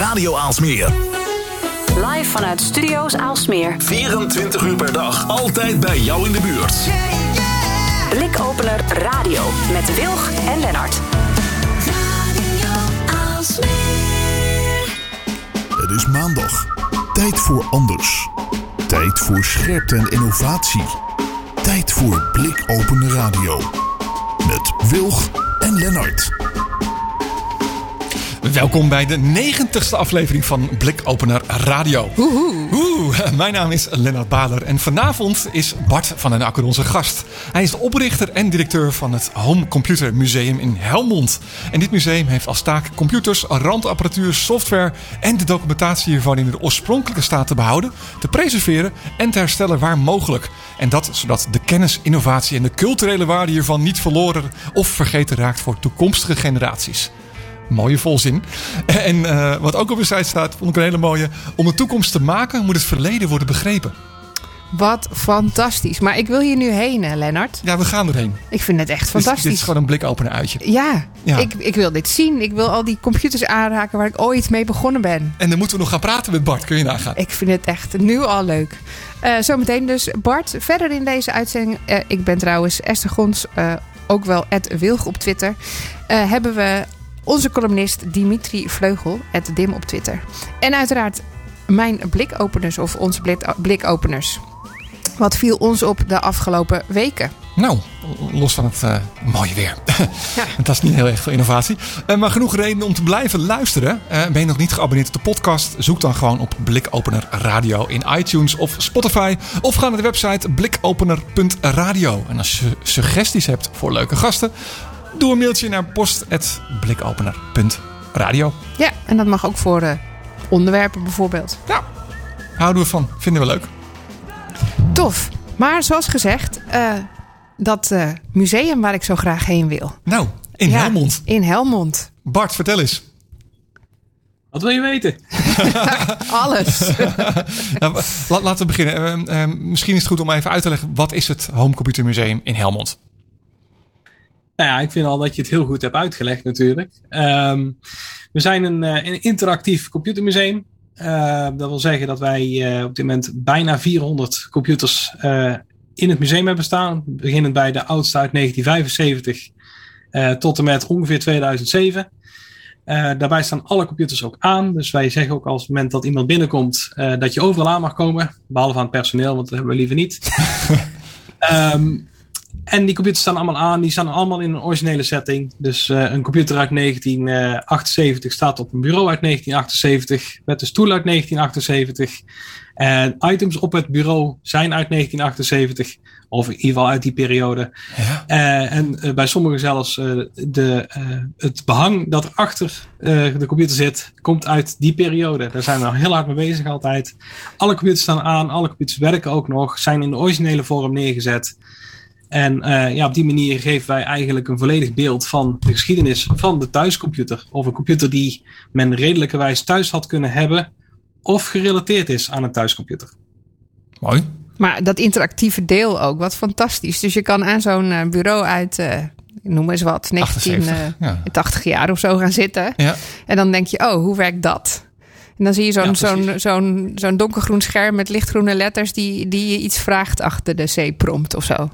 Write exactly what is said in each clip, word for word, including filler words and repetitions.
Radio Aalsmeer. Live vanuit Studio's Aalsmeer. vierentwintig uur per dag. Altijd bij jou in de buurt. Blikopener Radio. Met Wilg en Lennart. Radio Aalsmeer. Het is maandag. Tijd voor anders. Tijd voor scherpte en innovatie. Tijd voor Blikopener Radio. Met Wilg en Lennart. Welkom bij de negentigste aflevering van Blikopener Radio. Woehoe. Oeh, mijn naam is Lennart Bader en vanavond is Bart van den Akker onze gast. Hij is de oprichter en directeur van het Home Computer Museum in Helmond. En dit museum heeft als taak computers, randapparatuur, software en de documentatie hiervan in de oorspronkelijke staat te behouden, te preserveren en te herstellen waar mogelijk. En dat zodat de kennis, innovatie en de culturele waarde hiervan niet verloren of vergeten raakt voor toekomstige generaties. Mooie volzin. En uh, wat ook op de site staat, vond ik een hele mooie. Om de toekomst te maken moet het verleden worden begrepen. Wat fantastisch. Maar ik wil hier nu heen, hè, Lennart. Ja, we gaan erheen. Ik vind het echt fantastisch. Dus dit is gewoon een blikopener uitje. Ja, ja. Ik, ik wil dit zien. Ik wil al die computers aanraken waar ik ooit mee begonnen ben. En dan moeten we nog gaan praten met Bart. Kun je nagaan? Ik vind het echt nu al leuk. Uh, zometeen dus Bart. Verder in deze uitzending. Uh, ik ben trouwens Esther Gons. Uh, ook wel at Wilg op Twitter. Uh, hebben we onze columnist Dimitri Vleugel, at Dim op Twitter. En uiteraard mijn blikopeners of onze blikopeners. Wat viel ons op de afgelopen weken? Nou, los van het uh, mooie weer. Ja. Dat is niet heel erg veel innovatie. Uh, maar genoeg reden om te blijven luisteren. Uh, ben je nog niet geabonneerd op de podcast? Zoek dan gewoon op Blikopener Radio in iTunes of Spotify. Of ga naar de website blikopener punt radio. En als je suggesties hebt voor leuke gasten, doe een mailtje naar post at blikopener punt radio. Ja, en dat mag ook voor uh, onderwerpen bijvoorbeeld. Ja, houden we van. Vinden we leuk. Tof. Maar zoals gezegd, uh, dat uh, museum waar ik zo graag heen wil. Nou, in ja, Helmond. In Helmond. Bart, vertel eens. Wat wil je weten? Alles. Nou, laten we beginnen. Uh, uh, misschien is het goed om even uit te leggen. Wat is het Home Computer Museum in Helmond? Nou ja, ik vind al dat je het heel goed hebt uitgelegd natuurlijk. Um, we zijn een, uh, een interactief computermuseum. Uh, dat wil zeggen dat wij uh, op dit moment bijna vierhonderd computers uh, in het museum hebben staan. Beginnend bij de oudste uit negentien vijfenzeventig uh, tot en met ongeveer tweeduizend zeven. Uh, daarbij staan alle computers ook aan. Dus wij zeggen ook als het moment dat iemand binnenkomt uh, dat je overal aan mag komen. Behalve aan het personeel, want dat hebben we liever niet. um, En die computers staan allemaal aan. Die staan allemaal in een originele setting. Dus uh, een computer uit negentien achtenzeventig staat op een bureau uit negentien achtenzeventig. Met een stoel uit negentien achtenzeventig. En items op het bureau zijn uit negentien achtenzeventig. Of in ieder geval uit die periode. Ja. Uh, en uh, bij sommigen zelfs uh, de, uh, het behang dat achter uh, de computer zit, komt uit die periode. Daar zijn we al heel hard mee bezig altijd. Alle computers staan aan. Alle computers werken ook nog. Zijn in de originele vorm neergezet. En uh, ja, op die manier geven wij eigenlijk een volledig beeld van de geschiedenis van de thuiscomputer. Of een computer die men redelijkerwijs thuis had kunnen hebben of gerelateerd is aan een thuiscomputer. Mooi. Maar dat interactieve deel ook, wat fantastisch. Dus je kan aan zo'n uh, bureau uit, uh, noem eens wat, negentien tachtig uh, ja. jaar of zo gaan zitten. Ja. En dan denk je, oh, hoe werkt dat? En dan zie je zo'n, ja, zo'n, zo'n, zo'n donkergroen scherm met lichtgroene letters die, die je iets vraagt achter de C-prompt of zo.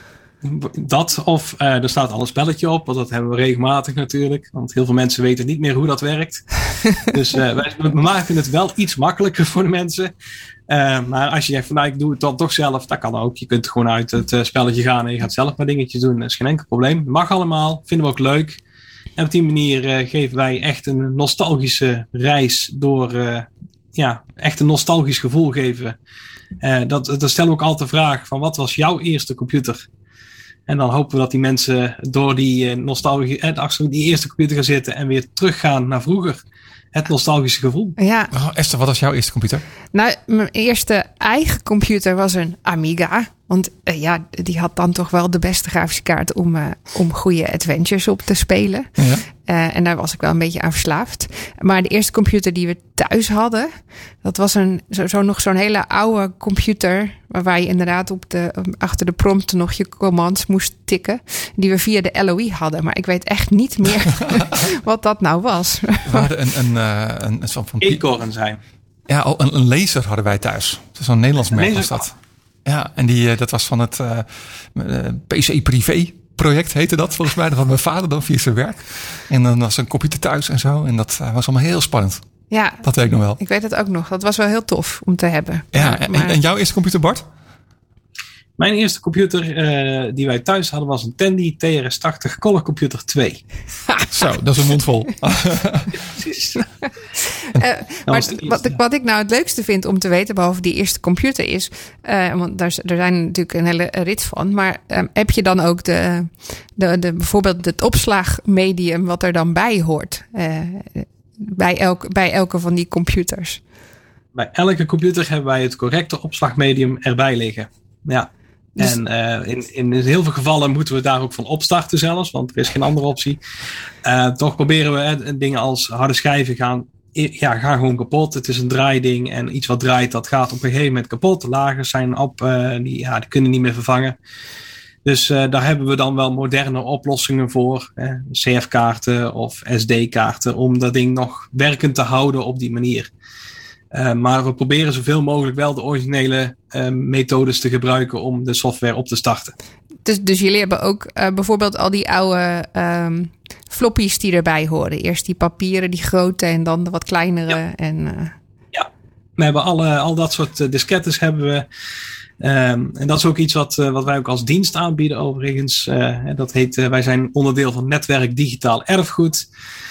Dat of uh, er staat al een spelletje op, want dat hebben we regelmatig natuurlijk. Want heel veel mensen weten niet meer hoe dat werkt. Dus uh, wij, we maken het wel iets makkelijker voor de mensen. Uh, maar als je zegt van nou, ik doe het dan toch zelf, dat kan ook. Je kunt gewoon uit het uh, spelletje gaan en je gaat zelf maar dingetjes doen. Dat is geen enkel probleem. Mag allemaal, vinden we ook leuk. En op die manier uh, geven wij echt een nostalgische reis door, uh, ja, echt een nostalgisch gevoel geven. Uh, dat, dat stellen we ook altijd de vraag van wat was jouw eerste computer? En dan hopen we dat die mensen door die nostalgie, eh, achter die eerste computer gaan zitten en weer teruggaan naar vroeger. Het nostalgische gevoel. Ja. Oh, Esther, wat was jouw eerste computer? Nou, mijn eerste eigen computer was een Amiga. Want uh, ja, die had dan toch wel de beste grafische kaart om, uh, om goede adventures op te spelen. Ja. Uh, en daar was ik wel een beetje aan verslaafd. Maar de eerste computer die we thuis hadden, dat was een, zo, zo nog zo'n hele oude computer, waar je inderdaad op de, achter de prompt nog je commands moest tikken. Die we via de L O I hadden. Maar ik weet echt niet meer wat dat nou was. We hadden een, een uh, een, een soort van... Eekhoorn zijn. Ja, oh, een, een laser hadden wij thuis. Zo'n Nederlands merk was dat. Ja, en die, uh, dat was van het uh, uh, P C Privé project heette dat volgens mij. Dat had mijn vader dan via zijn werk. En dan was een computer thuis en zo. En dat uh, was allemaal heel spannend. Ja, dat weet ik nog wel. Ik weet het ook nog. Dat was wel heel tof om te hebben. Ja, maar, en, maar... en jouw eerste computer, Bart? Mijn eerste computer uh, die wij thuis hadden was een Tandy T R S tachtig Color Computer twee. Zo, dat is een mond vol. Precies. uh, maar wat, wat ik nou het leukste vind om te weten, behalve die eerste computer is, uh, want daar, daar zijn natuurlijk een hele rit van, maar uh, heb je dan ook de, de, de, bijvoorbeeld het opslagmedium wat er dan bij hoort? Uh, bij, elk, bij elke van die computers. Bij elke computer hebben wij het correcte opslagmedium erbij liggen. Ja. Dus... En uh, in, in heel veel gevallen moeten we daar ook van opstarten zelfs, want er is geen andere optie. Uh, toch proberen we uh, dingen als harde schijven gaan, ja, gaan gewoon kapot. Het is een draaiding en iets wat draait, dat gaat op een gegeven moment kapot. De lagers zijn op, uh, die, ja, die kunnen niet meer vervangen. Dus uh, daar hebben we dan wel moderne oplossingen voor. Eh, C F-kaarten of S D-kaarten om dat ding nog werkend te houden op die manier. Uh, maar we proberen zoveel mogelijk wel de originele uh, methodes te gebruiken om de software op te starten. Dus, dus jullie hebben ook uh, bijvoorbeeld al die oude um, floppies die erbij horen. Eerst die papieren, die grote en dan de wat kleinere. Ja, en, uh... ja. We hebben alle, al dat soort uh, diskettes hebben we. Um, en dat is ook iets wat, uh, wat wij ook als dienst aanbieden overigens. Uh, dat heet, uh, wij zijn onderdeel van Netwerk Digitaal Erfgoed.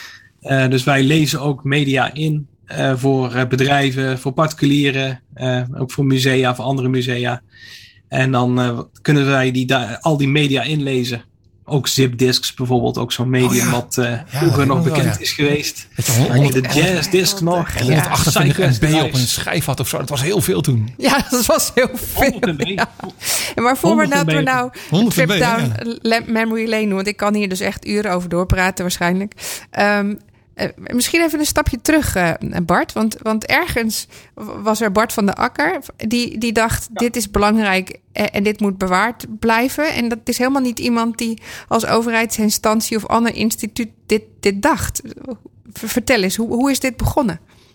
Uh, dus wij lezen ook media in. Uh, voor uh, bedrijven, voor particulieren, uh, ook voor musea, voor andere musea. En dan uh, kunnen wij die da- al die media inlezen. Ook zipdisks bijvoorbeeld, ook zo'n medium oh ja. wat uh, ja, vroeger nog bekend wel, ja. is geweest. honderd, de jazzdisk nog. En honderdachtenveertig M B op een schijf had of zo. Dat was heel veel toen. Ja, dat was heel veel. Ja. Maar voor we nou, we nou een trip down ja. memory lane, want ik kan hier dus echt uren over doorpraten waarschijnlijk. Um, Uh, misschien even een stapje terug, uh, Bart. Want, want ergens was er Bart van de Akker. Die, die dacht, ja. dit is belangrijk en, en dit moet bewaard blijven. En dat is helemaal niet iemand die als overheidsinstantie of ander instituut dit, dit dacht. Vertel eens, hoe, hoe is dit begonnen?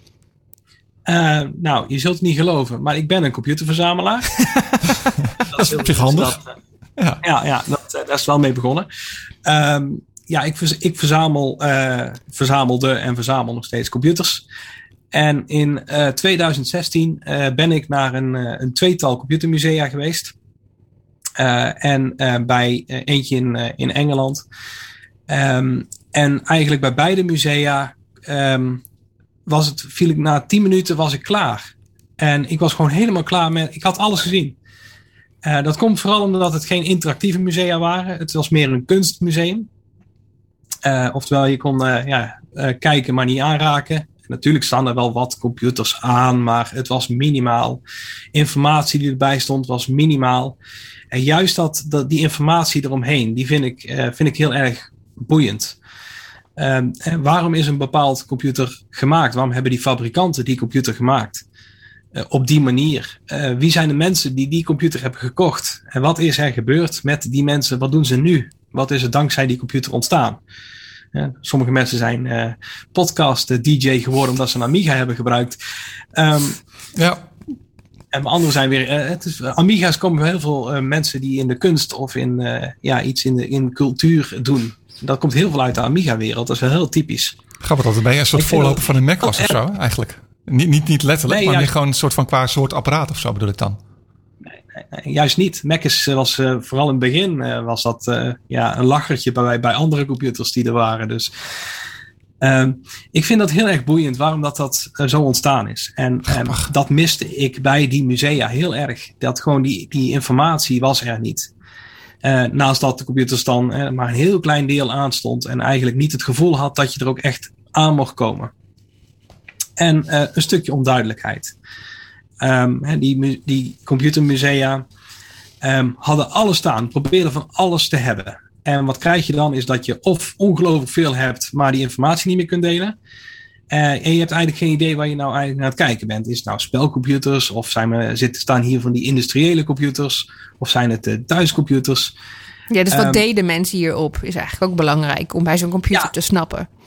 Uh, nou, je zult het niet geloven, maar ik ben een computerverzamelaar. dat is op zich handig. Dat, uh, ja, ja, ja dat, uh, daar is wel mee begonnen. Um, Ja, ik, ik verzamel, uh, verzamelde en verzamel nog steeds computers. En in uh, twintig zestien uh, ben ik naar een, uh, een tweetal computermusea geweest. Uh, en uh, bij uh, eentje in, uh, in Engeland. Um, en eigenlijk bij beide musea um, was het, viel ik na tien minuten was ik klaar. En ik was gewoon helemaal klaar met, ik had alles gezien. Uh, dat komt vooral omdat het geen interactieve musea waren. Het was meer een kunstmuseum. Uh, oftewel, je kon uh, ja, uh, kijken, maar niet aanraken. En natuurlijk staan er wel wat computers aan, maar het was minimaal. Informatie die erbij stond was minimaal. En juist dat, dat, die informatie eromheen, die vind ik, uh, vind ik heel erg boeiend. Um, en waarom is een bepaald computer gemaakt? Waarom hebben die fabrikanten die computer gemaakt? Uh, op die manier. Uh, wie zijn de mensen die die computer hebben gekocht? En wat is er gebeurd met die mensen? Wat doen ze nu? Wat is er dankzij die computer ontstaan? Ja, sommige mensen zijn uh, podcast-D J geworden omdat ze een Amiga hebben gebruikt. Um, ja. En anderen zijn weer... Uh, het is, Amiga's komen heel veel uh, mensen die in de kunst of in uh, ja, iets in de in cultuur doen. Dat komt heel veel uit de Amiga-wereld. Dat is wel heel typisch. Grappig dat er bij een soort voorloper van een Mac was of zo, eigenlijk. Niet, niet, niet letterlijk, nee, maar meer gewoon een soort van qua soort apparaat of zo bedoel ik dan. Juist niet. Mac is, was uh, vooral in het begin uh, was dat uh, ja, een lachertje bij, bij andere computers die er waren. Dus uh, ik vind dat heel erg boeiend waarom dat, dat uh, zo ontstaan is. En um, dat miste ik bij die musea heel erg. Dat gewoon die, die informatie was er niet. Uh, naast dat de computers dan uh, maar een heel klein deel aanstond en eigenlijk niet het gevoel had dat je er ook echt aan mocht komen. En uh, een stukje onduidelijkheid. Um, die, die computermusea um, hadden alles staan, probeerden van alles te hebben. En wat krijg je dan is dat je of ongelooflijk veel hebt, maar die informatie niet meer kunt delen. Uh, en je hebt eigenlijk geen idee waar je nou eigenlijk naar het kijken bent. Is het nou spelcomputers of zijn we, zitten, staan hier van die industriële computers of zijn het uh, thuiscomputers? Ja, dus wat um, deden mensen hierop is eigenlijk ook belangrijk om bij zo'n computer ja, te snappen.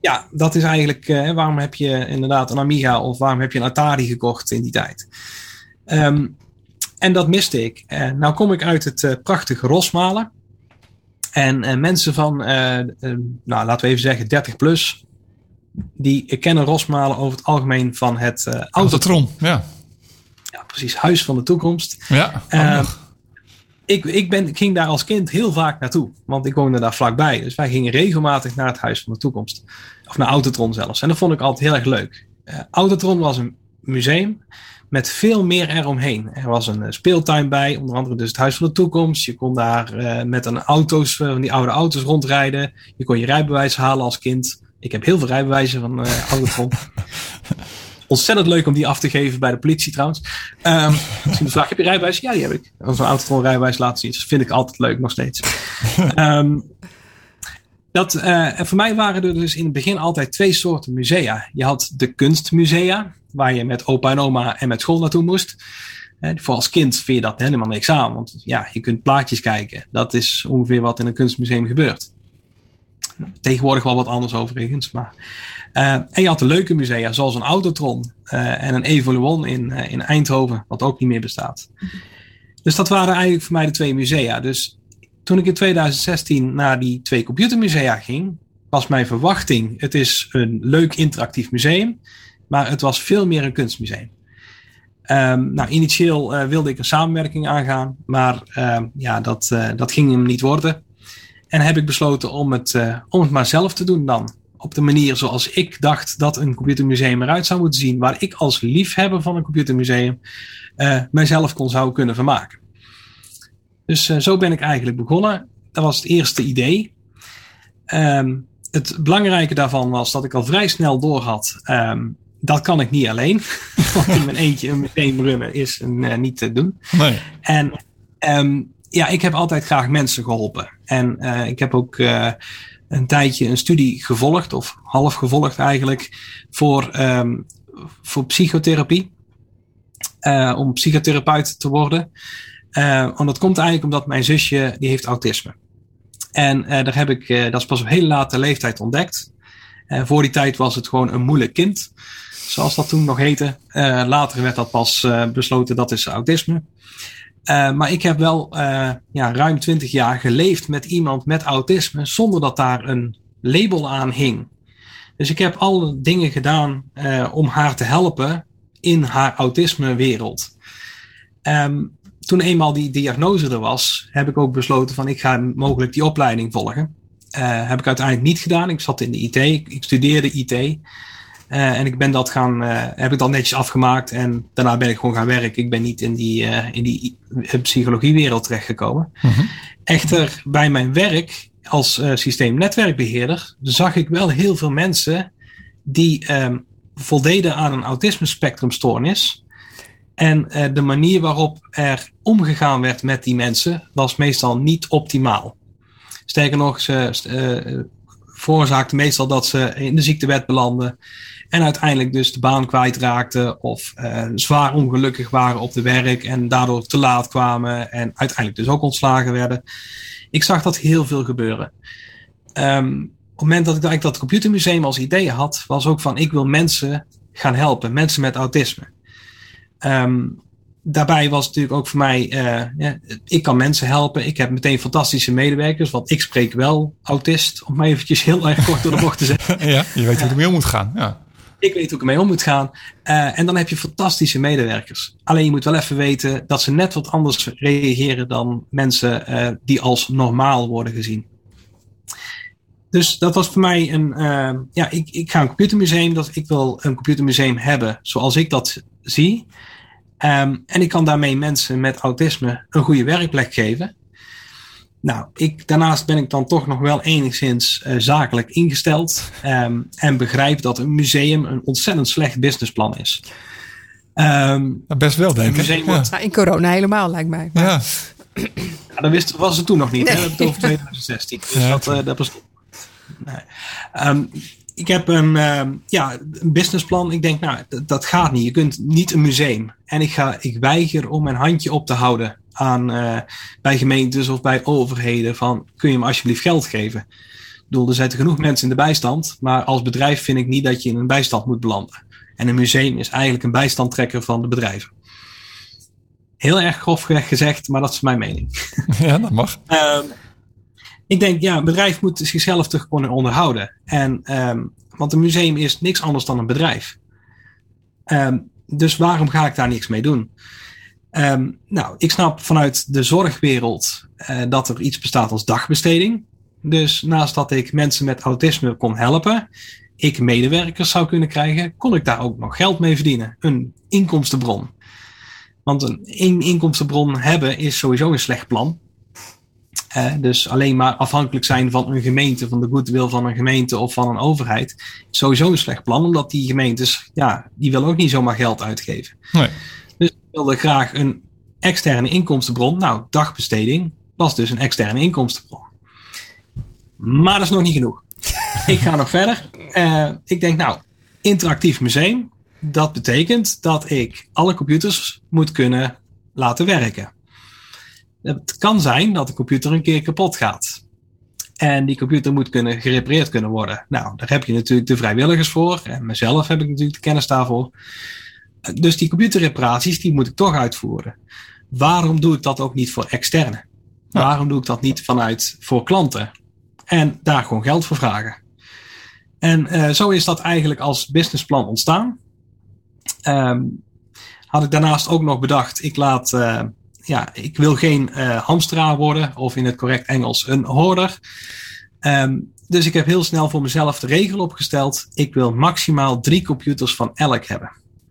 ja, dat is eigenlijk uh, waarom heb je inderdaad een Amiga of waarom heb je een Atari gekocht in die tijd. Um, en dat miste ik. Uh, nou kom ik uit het uh, prachtige Rosmalen. En uh, mensen van, uh, uh, nou laten we even zeggen dertig plus, die kennen Rosmalen over het algemeen van het uh, Autotron. Autotron, ja. Ja, precies. Huis van de toekomst. Ja, uh, ik, ik, ben, ik ging daar als kind heel vaak naartoe. Want ik woonde daar vlakbij. Dus wij gingen regelmatig naar het Huis van de Toekomst. Of naar Autotron zelfs. En dat vond ik altijd heel erg leuk. Uh, Autotron was een museum met veel meer eromheen. Er was een uh, speeltuin bij. Onder andere dus het Huis van de Toekomst. Je kon daar uh, met een auto's, uh, van die oude auto's rondrijden. Je kon je rijbewijs halen als kind. Ik heb heel veel rijbewijzen van uh, Autotron. Ontzettend leuk om die af te geven bij de politie trouwens. Um, misschien de vraag, heb je rijbewijs? Ja, die heb ik. Als een Autotron rijbewijs laten zien. Dat vind ik altijd leuk nog steeds. Um, dat, uh, en voor mij waren er dus in het begin altijd twee soorten musea. Je had de kunstmusea, waar je met opa en oma en met school naartoe moest. Uh, voor als kind vind je dat helemaal niks aan. Want ja, je kunt plaatjes kijken. Dat is ongeveer wat in een kunstmuseum gebeurt. Tegenwoordig wel wat anders overigens. Maar, uh, en je had de leuke musea, zoals een Autotron uh, en een Evoluon in, uh, in Eindhoven, wat ook niet meer bestaat. Dus dat waren eigenlijk voor mij de twee musea. Dus toen ik in twintig zestien naar die twee computermusea ging, was mijn verwachting, het is een leuk interactief museum, maar het was veel meer een kunstmuseum. Um, nou, initieel uh, wilde ik een samenwerking aangaan, maar uh, ja, dat, uh, dat ging hem niet worden. En heb ik besloten om het, uh, om het maar zelf te doen dan. Op de manier zoals ik dacht dat een computermuseum eruit zou moeten zien. Waar ik als liefhebber van een computermuseum uh, mijzelf kon zou kunnen vermaken. Dus uh, zo ben ik eigenlijk begonnen. Dat was het eerste idee. Um, het belangrijke daarvan was dat ik al vrij snel doorhad. Um, dat kan ik niet alleen. Want in mijn eentje een museum runnen is uh, niet te doen. Nee. En um, ja, ik heb altijd graag mensen geholpen. En uh, ik heb ook uh, een tijdje een studie gevolgd, of half gevolgd eigenlijk, voor, um, voor psychotherapie. Uh, om psychotherapeut te worden. Uh, en dat komt eigenlijk omdat mijn zusje, die heeft autisme. En uh, daar heb ik, uh, dat is pas op hele late leeftijd ontdekt. Uh, voor die tijd was het gewoon een moeilijk kind, zoals dat toen nog heette. Uh, later werd dat pas uh, besloten, dat is autisme. Uh, maar ik heb wel uh, ja, ruim twintig jaar geleefd met iemand met autisme zonder dat daar een label aan hing. Dus ik heb alle dingen gedaan uh, om haar te helpen in haar autismewereld. Um, toen eenmaal die diagnose er was, heb ik ook besloten van ik ga mogelijk die opleiding volgen. Uh, heb ik uiteindelijk niet gedaan. Ik zat in de I T, ik, ik studeerde I T. Uh, en ik ben dat gaan, uh, heb ik dan netjes afgemaakt en daarna ben ik gewoon gaan werken. Ik ben niet in die, uh, in die psychologiewereld terechtgekomen. Mm-hmm. Echter, bij mijn werk als uh, systeemnetwerkbeheerder zag ik wel heel veel mensen die um, voldeden aan een autisme-spectrumstoornis. En uh, de manier waarop er omgegaan werd met die mensen was meestal niet optimaal. Sterker nog, ze uh, veroorzaakte meestal dat ze in de ziektewet belanden. En uiteindelijk dus de baan kwijtraakten of uh, zwaar ongelukkig waren op de werk en daardoor te laat kwamen en uiteindelijk dus ook ontslagen werden. Ik zag dat heel veel gebeuren. Um, op het moment dat ik eigenlijk dat computermuseum als idee had, was ook van ik wil mensen gaan helpen, mensen met autisme. Um, daarbij was het natuurlijk ook voor mij, uh, ja, ik kan mensen helpen. Ik heb meteen fantastische medewerkers, want ik spreek wel autist, om maar eventjes heel erg kort door de bocht te zeggen. Ja, je weet hoe je ermee om moet gaan. Ja. Ik weet hoe ik ermee om moet gaan. Uh, en dan heb je fantastische medewerkers. Alleen je moet wel even weten dat ze net wat anders reageren dan mensen uh, die als normaal worden gezien. Dus dat was voor mij een, uh, ja, ik, ik ga een computermuseum, dat ik wil een computermuseum hebben zoals ik dat zie. Um, en ik kan daarmee mensen met autisme een goede werkplek geven. Nou, ik, daarnaast ben ik dan toch nog wel enigszins uh, zakelijk ingesteld. Um, en begrijp dat een museum een ontzettend slecht businessplan is. Um, Best wel, denk ik. Ja. Ja, in corona helemaal, lijkt mij. Maar... Ja. Ja, dat wist, was het toen nog niet. Nee. Hè? We hebben het over twintig zestien. Dus ja. dat, uh, dat was... Nee. Um, ik heb een, uh, ja, een businessplan. Ik denk, nou, d- dat gaat niet. Je kunt niet een museum. En ik, ga, ik weiger om mijn handje op te houden aan, uh, bij gemeentes of bij overheden. Van, kun je me alsjeblieft geld geven? bedoel, er zitten genoeg mensen in de bijstand, maar als bedrijf vind ik niet dat je in een bijstand moet belanden. En een museum is eigenlijk een bijstandtrekker van de bedrijven. Heel erg grof gezegd, maar dat is mijn mening. Ja, dat mag. Um, ik denk, ja, een bedrijf moet zichzelf toch kunnen onderhouden. En, um, want een museum is niks anders dan een bedrijf. Um, dus waarom ga ik daar niks mee doen? Um, nou, ik snap vanuit de zorgwereld uh, dat er iets bestaat als dagbesteding. Dus naast dat ik mensen met autisme kon helpen, ik medewerkers zou kunnen krijgen, kon ik daar ook nog geld mee verdienen. Een inkomstenbron. Want een inkomstenbron hebben is sowieso een slecht plan. Uh, dus alleen maar afhankelijk zijn van een gemeente, van de goodwill van een gemeente of van een overheid, is sowieso een slecht plan. Omdat die gemeentes, ja, die willen ook niet zomaar geld uitgeven. Nee. Dus ik wilde graag een externe inkomstenbron. Nou, dagbesteding was dus een externe inkomstenbron. Maar dat is nog niet genoeg. Ik ga nog verder. Uh, ik denk, nou, interactief museum. Dat betekent dat ik alle computers moet kunnen laten werken. Het kan zijn dat de computer een keer kapot gaat. En die computer moet kunnen gerepareerd kunnen worden. Nou, daar heb je natuurlijk de vrijwilligers voor. En mezelf heb ik natuurlijk de kennis daarvoor. Dus die computerreparaties, die moet ik toch uitvoeren. Waarom doe ik dat ook niet voor externe? Ja. Waarom doe ik dat niet vanuit voor klanten? En daar gewoon geld voor vragen. En uh, zo is dat eigenlijk als businessplan ontstaan. Um, had ik daarnaast ook nog bedacht, ik laat, uh, ja, ik wil geen uh, hamsteraar worden, of in het correct Engels een hoarder. Um, dus ik heb heel snel voor mezelf de regel opgesteld, ik wil maximaal drie computers van elk hebben.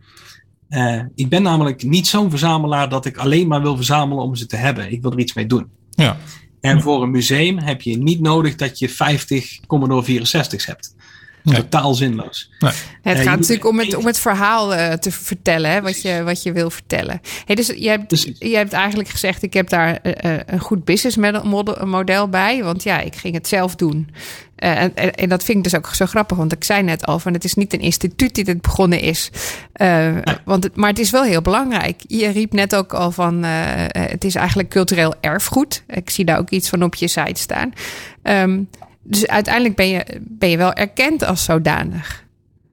Uh, ik ben namelijk niet zo'n verzamelaar dat ik alleen maar wil verzamelen om ze te hebben. Ik wil er iets mee doen. Ja. En voor een museum heb je niet nodig dat je vijftig Commodore vierenzestig's hebt. Nee. Totaal zinloos. Nee. Het gaat uh, natuurlijk om het, om het verhaal uh, te vertellen, hè, wat, je, wat je wil vertellen. Hey, dus je hebt, dus, je hebt eigenlijk gezegd, ik heb daar uh, een goed business model, model bij. Want ja, ik ging het zelf doen. Uh, en, en dat vind ik dus ook zo grappig, want ik zei net al van het is niet een instituut die dit begonnen is. Uh, nee. want het, maar het is wel heel belangrijk. Je riep net ook al van uh, het is eigenlijk cultureel erfgoed. Ik zie daar ook iets van op je site staan. Um, Dus uiteindelijk ben je, ben je wel erkend als zodanig.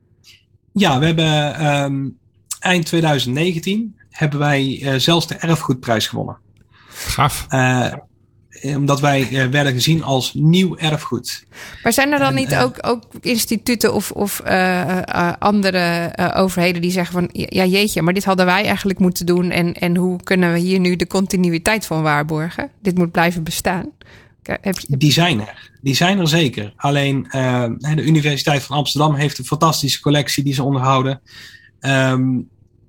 Ja, we hebben um, eind twintig negentien hebben wij uh, zelfs de erfgoedprijs gewonnen. Gaaf. Uh, omdat wij uh, werden gezien als nieuw erfgoed. Maar zijn er dan en, niet uh, ook, ook instituten of, of uh, uh, andere uh, overheden die zeggen van ja jeetje, maar dit hadden wij eigenlijk moeten doen en, en hoe kunnen we hier nu de continuïteit van waarborgen? Dit moet blijven bestaan. Heb je... Die zijn er. Die zijn er zeker. Alleen uh, de Universiteit van Amsterdam heeft een fantastische collectie die ze onderhouden. Um,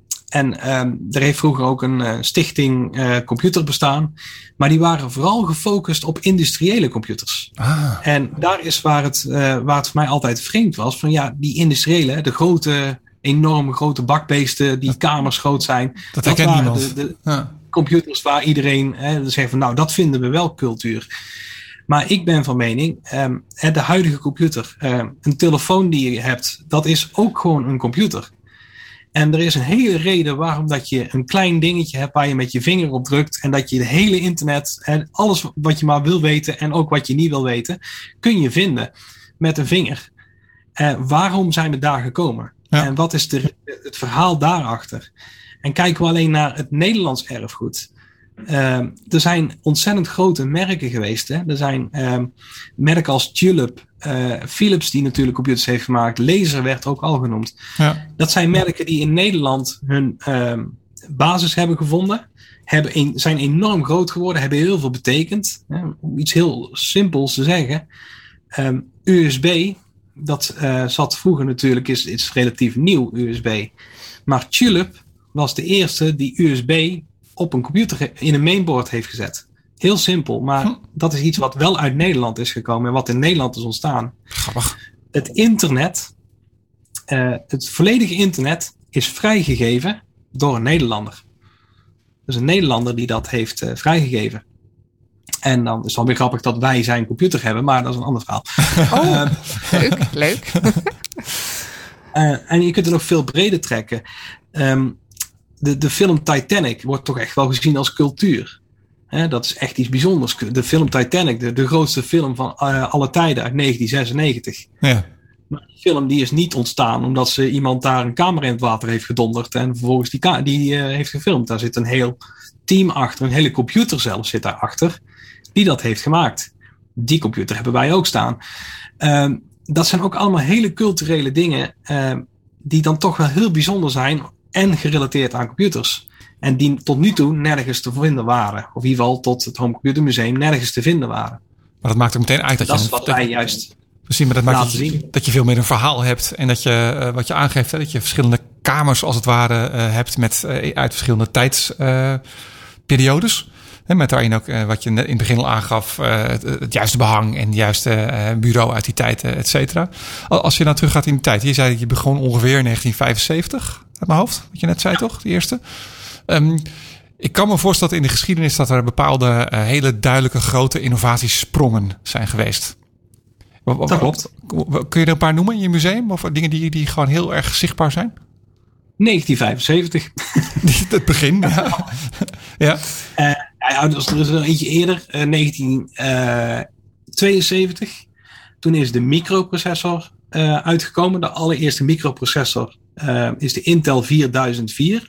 en um, er heeft vroeger ook een uh, stichting uh, computer bestaan. Maar die waren vooral gefocust op industriële computers. Ah. En daar is waar het, uh, waar het voor mij altijd vreemd was. Van ja, die industriële, de grote, enorme grote bakbeesten die dat, kamers groot zijn. Dat herkent waren niemand. de, de ja. computers waar iedereen hè, zegt van nou, dat vinden we wel cultuur. Maar ik ben van mening, um, de huidige computer, um, een telefoon die je hebt, dat is ook gewoon een computer. En er is een hele reden waarom dat je een klein dingetje hebt waar je met je vinger op drukt en dat je de hele internet en alles wat je maar wil weten en ook wat je niet wil weten, kun je vinden met een vinger. Uh, waarom zijn we daar gekomen? Ja. En wat is de, het verhaal daarachter? En kijken we alleen naar het Nederlands erfgoed. Uh, er zijn ontzettend grote merken geweest. Hè? Er zijn uh, merken als Tulip, uh, Philips die natuurlijk computers heeft gemaakt. Laser werd ook al genoemd. Ja. Dat zijn merken die in Nederland hun uh, basis hebben gevonden. Hebben een, zijn enorm groot geworden. Hebben heel veel betekend. Hè? Om iets heel simpels te zeggen. Um, U S B, dat uh, zat vroeger natuurlijk, is, is relatief nieuw U S B. Maar Tulip was de eerste die U S B op een computer in een mainboard heeft gezet. Heel simpel, maar hm. dat is iets wat wel uit Nederland is gekomen en wat in Nederland is ontstaan. Grappig. Het internet, uh, het volledige internet is vrijgegeven door een Nederlander. Dus een Nederlander die dat heeft uh, vrijgegeven. En dan is het wel weer grappig dat wij zijn computer hebben, maar dat is een ander verhaal. Oh, uh, leuk, leuk. uh, en je kunt het nog veel breder trekken. Um, De, de film Titanic wordt toch echt wel gezien als cultuur. Hè, dat is echt iets bijzonders. De film Titanic, de, de grootste film van uh, alle tijden uit negentien zesennegentig. Ja. Maar die film die is niet ontstaan omdat ze iemand daar een camera in het water heeft gedonderd en vervolgens die, ka- die uh, heeft gefilmd. Daar zit een heel team achter, een hele computer zelfs zit daarachter, die dat heeft gemaakt. Die computer hebben wij ook staan. Uh, dat zijn ook allemaal hele culturele dingen uh, die dan toch wel heel bijzonder zijn en gerelateerd aan computers. En die tot nu toe nergens te vinden waren. Of in ieder geval tot het Home Computer Museum nergens te vinden waren. Maar dat maakt er meteen uit dat, dat je... Dat is wat wij juist Precies, maar dat maakt dat je, zien. dat je veel meer een verhaal hebt. En dat je, uh, wat je aangeeft, hè, dat je verschillende kamers als het ware uh, hebt met uh, uit verschillende tijdsperiodes. Uh, met daarin ook uh, wat je net in het begin al aangaf, uh, het, het juiste behang en het juiste uh, bureau uit die tijd, uh, et cetera. Als je nou terug gaat in die tijd. Je zei dat je begon ongeveer in negentien vijfenzeventig, uit mijn hoofd. Wat je net zei, ja. Toch? De eerste. Um, ik kan me voorstellen dat in de geschiedenis dat er bepaalde uh, hele duidelijke grote innovatiesprongen zijn geweest. Dat klopt. Kun je er een paar noemen in je museum? Of dingen die, die gewoon heel erg zichtbaar zijn? negentien vijfenzeventig. Het begin, ja. ja. Uh, ja, dus er is er eentje eerder, uh, negentien tweeënzeventig. Toen is de microprocessor uh, uitgekomen. De allereerste microprocessor uh, is de Intel vierduizend vier.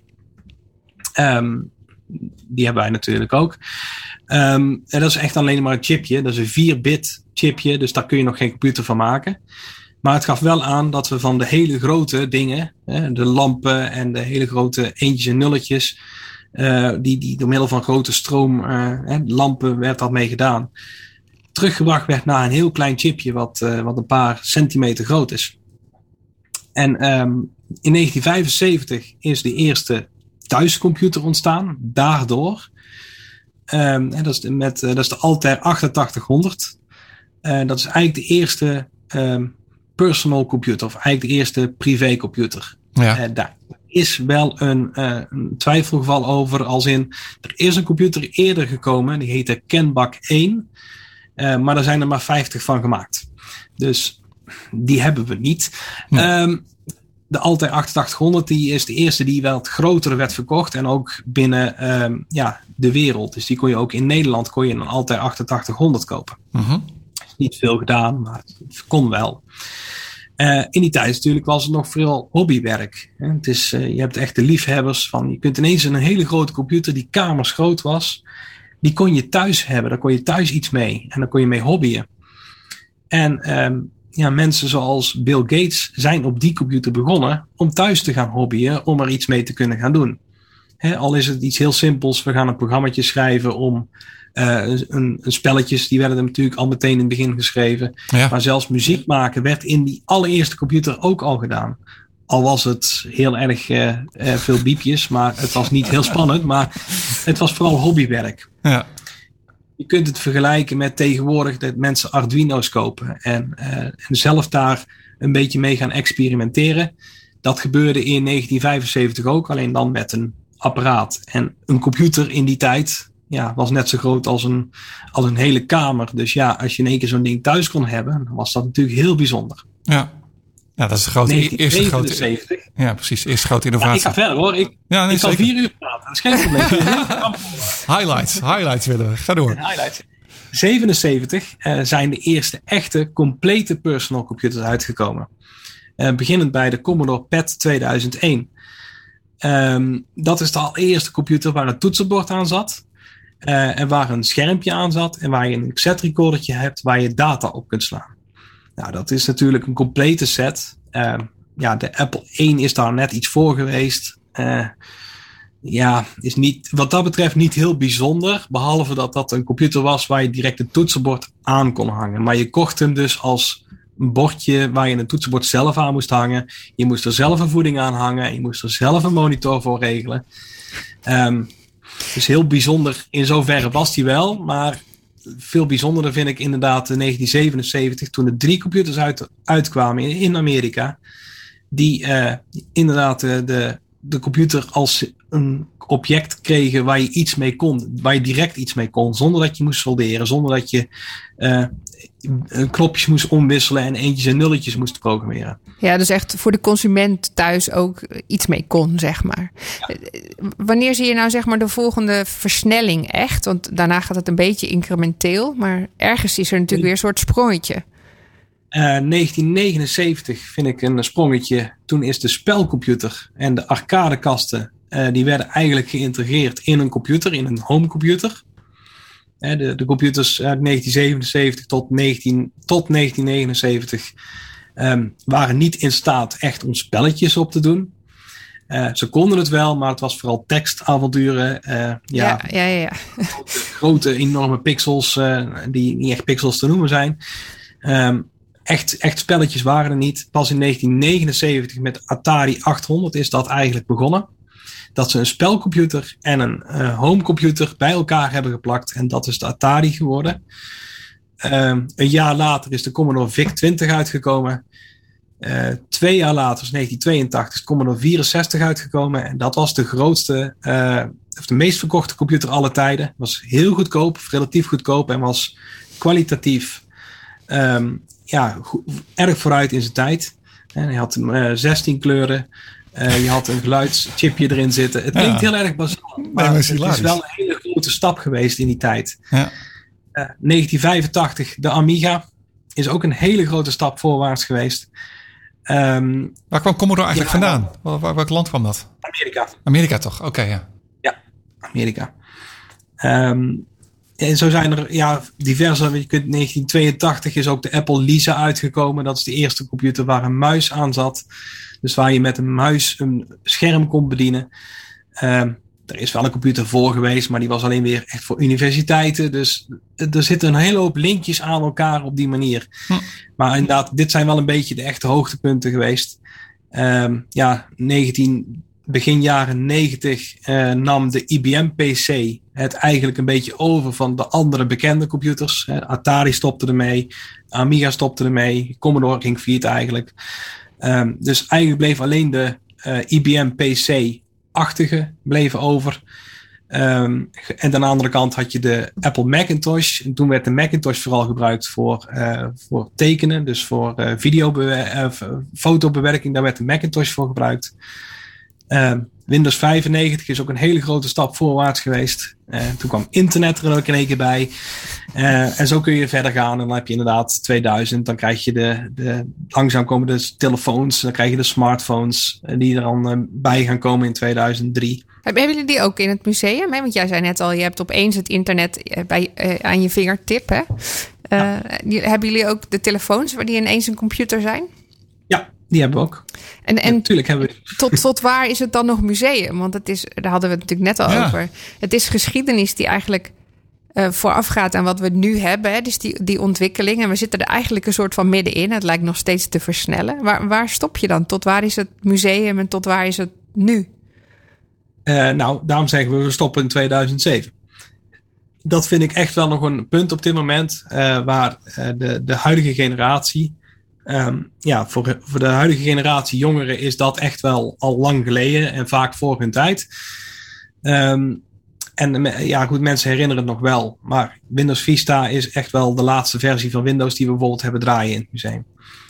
Um, die hebben wij natuurlijk ook. Um, en dat is echt alleen maar een chipje. Dat is een vier bit chipje. Dus daar kun je nog geen computer van maken. Maar het gaf wel aan dat we van de hele grote dingen, hè, de lampen en de hele grote eentjes en nulletjes, uh, die, die door middel van grote stroom, uh, hè, lampen werd dat mee gedaan, teruggebracht werd naar een heel klein chipje wat, uh, wat een paar centimeter groot is. En um, in negentien vijfenzeventig is de eerste thuiscomputer ontstaan, daardoor. Um, en dat, is de, met, uh, dat is de Altair achtentachtighonderd. Uh, dat is eigenlijk de eerste um, personal computer, of eigenlijk de eerste privécomputer. Ja. Uh, daar is wel een, uh, een twijfelgeval over, als in, er is een computer eerder gekomen, die heette Kenbak één, uh, maar er zijn er maar vijftig van gemaakt. Dus die hebben we niet. Nee. Um, de Altair achtentachtighonderd, die is de eerste die wel het grotere werd verkocht en ook binnen um, ja, de wereld. Dus die kon je ook in Nederland kon je een Altair achtentachtighonderd kopen. Uh-huh. Niet veel gedaan, maar het kon wel. Uh, in die tijd natuurlijk was het nog veel hobbywerk. Hè. Het is, uh, je hebt echt de liefhebbers van, je kunt ineens een hele grote computer die kamersgroot was, die kon je thuis hebben. Daar kon je thuis iets mee en daar kon je mee hobbyen. En um, ja, mensen zoals Bill Gates zijn op die computer begonnen om thuis te gaan hobbyen, om er iets mee te kunnen gaan doen. Hè, al is het iets heel simpels, we gaan een programmaatje schrijven om Uh, een, een spelletjes, die werden er natuurlijk al meteen in het begin geschreven. Ja. Maar zelfs muziek maken werd in die allereerste computer ook al gedaan. Al was het heel erg uh, uh, veel biepjes, maar het was niet heel spannend. Maar het was vooral hobbywerk. Ja. Je kunt het vergelijken met tegenwoordig dat mensen Arduino's kopen. En, uh, en zelf daar een beetje mee gaan experimenteren. Dat gebeurde in negentien vijfenzeventig ook, alleen dan met een apparaat. En een computer in die tijd, ja, was net zo groot als een, als een hele kamer. Dus ja, als je in één keer zo'n ding thuis kon hebben, dan was dat natuurlijk heel bijzonder. Ja, ja dat is de grote, eerste grote. Ja, precies. Eerste grote innovatie. Ja, ik ga verder hoor. Ik, ja, nee, ik kan vier uur praten. Dat is geen probleem. highlights, highlights willen we. Ga door. Highlights. zevenenzeventig uh, zijn de eerste echte complete personal computers uitgekomen. Uh, beginnend bij de Commodore P E T tweeduizend één. Um, dat is de allereerste computer waar een toetsenbord aan zat. Uh, en waar een schermpje aan zat en waar je een cassette recordertje hebt waar je data op kunt slaan. Nou, dat is natuurlijk een complete set. Uh, ja, de Apple één is daar net iets voor geweest. Uh, ja, is niet, wat dat betreft niet heel bijzonder. Behalve dat dat een computer was waar je direct een toetsenbord aan kon hangen. Maar je kocht hem dus als een bordje waar je een toetsenbord zelf aan moest hangen. Je moest er zelf een voeding aan hangen. Je moest er zelf een monitor voor regelen. Um, Dus heel bijzonder in zoverre was die wel. Maar veel bijzonderder vind ik inderdaad in negentien zevenenzeventig... toen er drie computers uit, uitkwamen in, in Amerika. Die uh, inderdaad de, de, de computer als een object kregen waar je iets mee kon. Waar je direct iets mee kon. Zonder dat je moest solderen. Zonder dat je uh, uh, knopjes moest omwisselen en eentjes en nulletjes moest programmeren. Ja, dus echt voor de consument thuis ook iets mee kon, zeg maar. Ja. Wanneer zie je nou zeg maar de volgende versnelling echt? Want daarna gaat het een beetje incrementeel, maar ergens is er natuurlijk weer een soort sprongetje. Uh, negentien negenenzeventig vind ik een sprongetje. Toen is de spelcomputer en de arcadekasten, uh, die werden eigenlijk geïntegreerd in een computer, in een homecomputer. Uh, de, de computers uit negentien zevenenzeventig tot, negentien, tot negentien negenenzeventig um, waren niet in staat echt om spelletjes op te doen. Uh, ze konden het wel, maar het was vooral tekstavonturen. Uh, ja, ja, ja, ja. Grote, grote, enorme pixels, uh, die niet echt pixels te noemen zijn. Um, Echt, echt spelletjes waren er niet. Pas in negentien negenenzeventig met Atari achthonderd is dat eigenlijk begonnen. Dat ze een spelcomputer en een uh, homecomputer bij elkaar hebben geplakt. En dat is de Atari geworden. Um, een jaar later is de Commodore V I C twintig uitgekomen. Uh, twee jaar later, is negentien tweeëntachtig, is Commodore vierenzestig uitgekomen. En dat was de grootste, uh, of de meest verkochte computer aller tijden. Was heel goedkoop, relatief goedkoop en was kwalitatief um, ja, go- erg vooruit in zijn tijd. En je had uh, zestien kleuren. Uh, je had een geluidschipje erin zitten. Het klinkt ja. heel erg bazaal. Maar, maar het is wel een hele grote stap geweest in die tijd. Ja. Uh, negentien vijfentachtig, de Amiga. Is ook een hele grote stap voorwaarts geweest. Um, waar kwam Commodore eigenlijk ja, vandaan? Waar, waar, welk land kwam dat? Amerika. Amerika toch? Oké, okay, ja. Ja, Amerika. Um, En zo zijn er ja, diverse. Je kunt, negentien tweeëntachtig is ook de Apple Lisa uitgekomen. Dat is de eerste computer waar een muis aan zat. Dus waar je met een muis een scherm kon bedienen. Um, er is wel een computer voor geweest, maar die was alleen weer echt voor universiteiten. Dus er zitten een hele hoop linkjes aan elkaar op die manier. Hm. Maar inderdaad, dit zijn wel een beetje de echte hoogtepunten geweest. Um, ja, negentien Begin jaren negentig uh, nam de I B M P C het eigenlijk een beetje over van de andere bekende computers. Uh, Atari stopte ermee, Amiga stopte ermee, Commodore ging failliet eigenlijk. Um, dus eigenlijk bleef alleen de uh, I B M P C-achtige bleven over. Um, en aan de andere kant had je de Apple Macintosh. En toen werd de Macintosh vooral gebruikt voor, uh, voor tekenen, dus voor uh, videobewer- uh, fotobewerking. Daar werd de Macintosh voor gebruikt. Uh, Windows vijfennegentig is ook een hele grote stap voorwaarts geweest. Uh, toen kwam internet er ook in één keer bij. Uh, en zo kun je verder gaan. En dan heb je inderdaad tweeduizend. Dan krijg je de, de langzaam komende telefoons. Dan krijg je de smartphones. Die er dan uh, bij gaan komen in tweeduizend drie. Hebben jullie die ook in het museum? Hè? Want jij zei net al, je hebt opeens het internet bij, uh, aan je vingertip. Hè? Uh, ja. Hebben jullie ook de telefoons waar die ineens een computer zijn? Ja, die hebben we ook. En, en ja, natuurlijk hebben we. Tot, tot waar is het dan nog museum? Want het is, daar hadden we het natuurlijk net al ja. over. Het is geschiedenis die eigenlijk uh, voorafgaat aan wat we nu hebben. Hè? Dus die, die ontwikkeling. En we zitten er eigenlijk een soort van middenin. Het lijkt nog steeds te versnellen. Waar, waar stop je dan? Tot waar is het museum en tot waar is het nu? Uh, nou, daarom zeggen we, we stoppen in tweeduizend zeven. Dat vind ik echt wel nog een punt op dit moment. Uh, waar uh, de, de huidige generatie... Um, ja, voor, voor de huidige generatie jongeren is dat echt wel al lang geleden en vaak voor hun tijd. Um, en ja, goed, mensen herinneren het nog wel. Maar Windows Vista is echt wel de laatste versie van Windows die we bijvoorbeeld hebben draaien in het museum.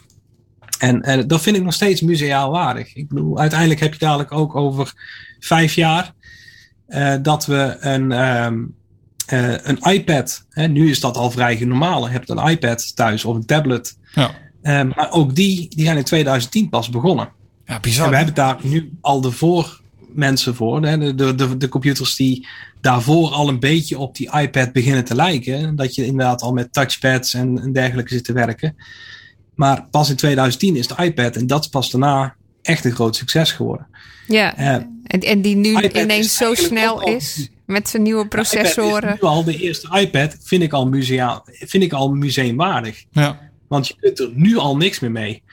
En uh, dat vind ik nog steeds museaal waardig. Ik bedoel, uiteindelijk heb je dadelijk ook over vijf jaar uh, dat we een, um, uh, een iPad, hè, nu is dat al vrij normaal. Je hebt een iPad thuis of een tablet. Ja. Uh, maar ook die, die zijn in tweeduizend tien pas begonnen. Ja, bizar. En we hebben daar nu al de voormensen voor. De, de, de, de computers die daarvoor al een beetje op die iPad beginnen te lijken. Dat je inderdaad al met touchpads en, en dergelijke zit te werken. Maar pas in tweeduizend tien is de iPad, en dat is pas daarna echt een groot succes geworden. Ja, uh, en, en die nu ineens zo snel is met zijn nieuwe processoren. Nu al de eerste iPad vind ik al, musea, vind ik al museumwaardig. Ja. Want je kunt er nu al niks meer mee.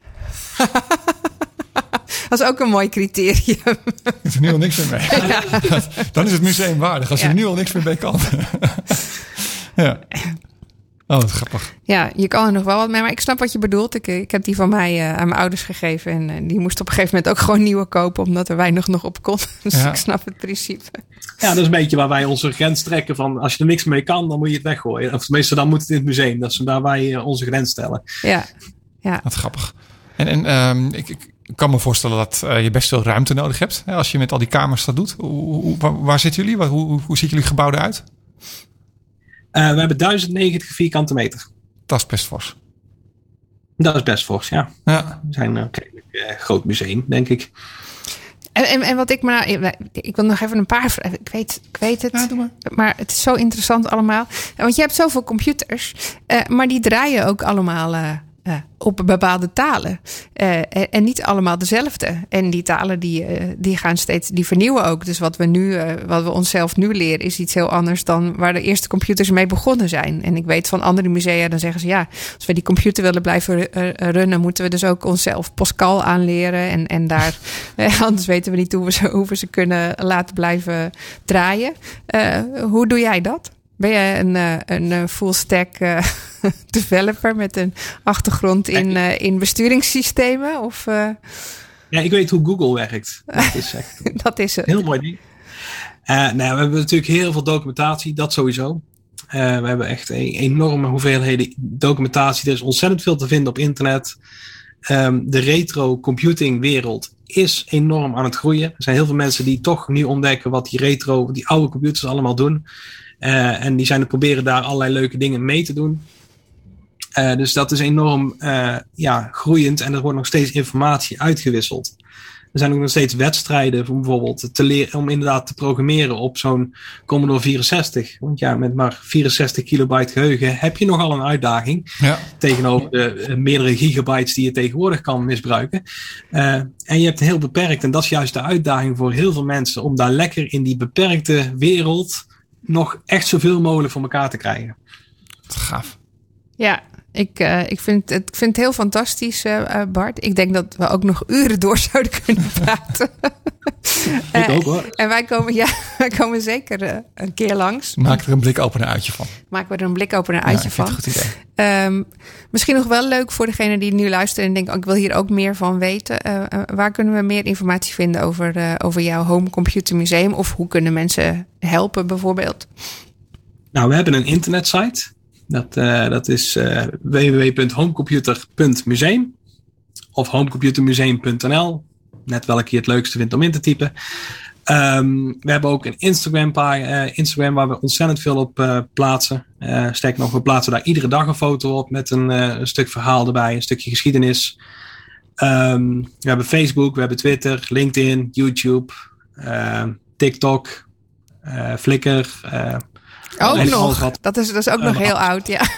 Dat is ook een mooi criterium. Je kunt er nu al niks meer mee. Ja. Dan is het museum waardig. Als je ja. er nu al niks meer mee kan. Ja. Oh, wat grappig. Ja, je kan er nog wel wat mee, maar ik snap wat je bedoelt. Ik, ik heb die van mij uh, aan mijn ouders gegeven. En uh, die moest op een gegeven moment ook gewoon nieuwe kopen, omdat er weinig nog op kon. Dus ja. Ik snap het principe. Ja, dat is een beetje waar wij onze grens trekken van als je er niks mee kan, dan moet je het weggooien. Of tenminste, dan moet het in het museum. Dat is waar wij uh, onze grens stellen. Ja, ja. Wat grappig. En, en um, ik, ik kan me voorstellen dat uh, je best veel ruimte nodig hebt. Hè, als je met al die kamers dat doet. Hoe, hoe, waar, waar zitten jullie? Hoe, hoe, hoe ziet jullie gebouw eruit? Uh, we hebben duizend negentig vierkante meter. Dat is best fors. Dat is best fors, ja. ja. We zijn een uh, groot museum, denk ik. En, en, en wat ik me nou... Ik wil nog even een paar vragen. Ik weet, ik weet het. Ja, doe maar. Maar het is zo interessant allemaal. Want je hebt zoveel computers. Uh, maar die draaien ook allemaal... Uh, Uh, op bepaalde talen. Uh, en, en niet allemaal dezelfde. En die talen die, uh, die gaan steeds, die vernieuwen ook. Dus wat we nu, uh, wat we onszelf nu leren, is iets heel anders dan waar de eerste computers mee begonnen zijn. En ik weet van andere musea, dan zeggen ze ja, als we die computer willen blijven uh, runnen, moeten we dus ook onszelf Pascal aanleren. En, en daar, uh, anders weten we niet hoe we ze, hoe we ze kunnen laten blijven draaien. Uh, hoe doe jij dat? Ben jij een, een full stack uh, developer met een achtergrond in, uh, in besturingssystemen? Of, uh... Ja, ik weet hoe Google werkt. Dat is echt dat is het. Heel mooi ding. Uh, nou, we hebben natuurlijk heel veel documentatie, dat sowieso. Uh, we hebben echt een enorme hoeveelheden documentatie. Er is ontzettend veel te vinden op internet. Um, de retro computing wereld is enorm aan het groeien. Er zijn heel veel mensen die toch nu ontdekken wat die retro, die oude computers allemaal doen. Uh, en die zijn het proberen daar allerlei leuke dingen mee te doen. Uh, dus dat is enorm uh, ja, groeiend en er wordt nog steeds informatie uitgewisseld. Er zijn ook nog steeds wedstrijden om bijvoorbeeld te leren, om inderdaad te programmeren op zo'n Commodore vierenzestig. Want ja, met maar vierenzestig kilobyte geheugen heb je nogal een uitdaging. Ja. Tegenover de uh, meerdere gigabytes die je tegenwoordig kan misbruiken. Uh, en je hebt heel beperkt, en dat is juist de uitdaging voor heel veel mensen, om daar lekker in die beperkte wereld nog echt zoveel mogelijk voor elkaar te krijgen. Gaaf. Ja, ik, uh, ik, vind het, ik vind het heel fantastisch, uh, Bart. Ik denk dat we ook nog uren door zouden kunnen praten. Ik ook hoor. Uh, en wij komen, ja, wij komen zeker uh, een keer langs. Maak er een blikopener uitje van. Maken we er een blikopener uitje ja, van. Ik vind het een goed idee. Um, misschien nog wel leuk voor degene die nu luisteren en denken, oh, ik wil hier ook meer van weten. Uh, uh, waar kunnen we meer informatie vinden over, uh, over jouw Home Computer Museum? Of hoe kunnen mensen helpen bijvoorbeeld? Nou, we hebben een internetsite. Dat, uh, dat is uh, w w w punt homecomputer punt museum of homecomputermuseum punt n l. Net welke je het leukste vindt om in te typen. Um, we hebben ook een Instagram, uh, Instagram waar we ontzettend veel op uh, plaatsen. Uh, sterker nog, we plaatsen daar iedere dag een foto op met een, uh, een stuk verhaal erbij, een stukje geschiedenis. Um, we hebben Facebook, we hebben Twitter, LinkedIn, YouTube, uh, TikTok, uh, Flickr. Uh, Ook nog. Dat is, dat is ook uh, nog heel uh, oud, ja.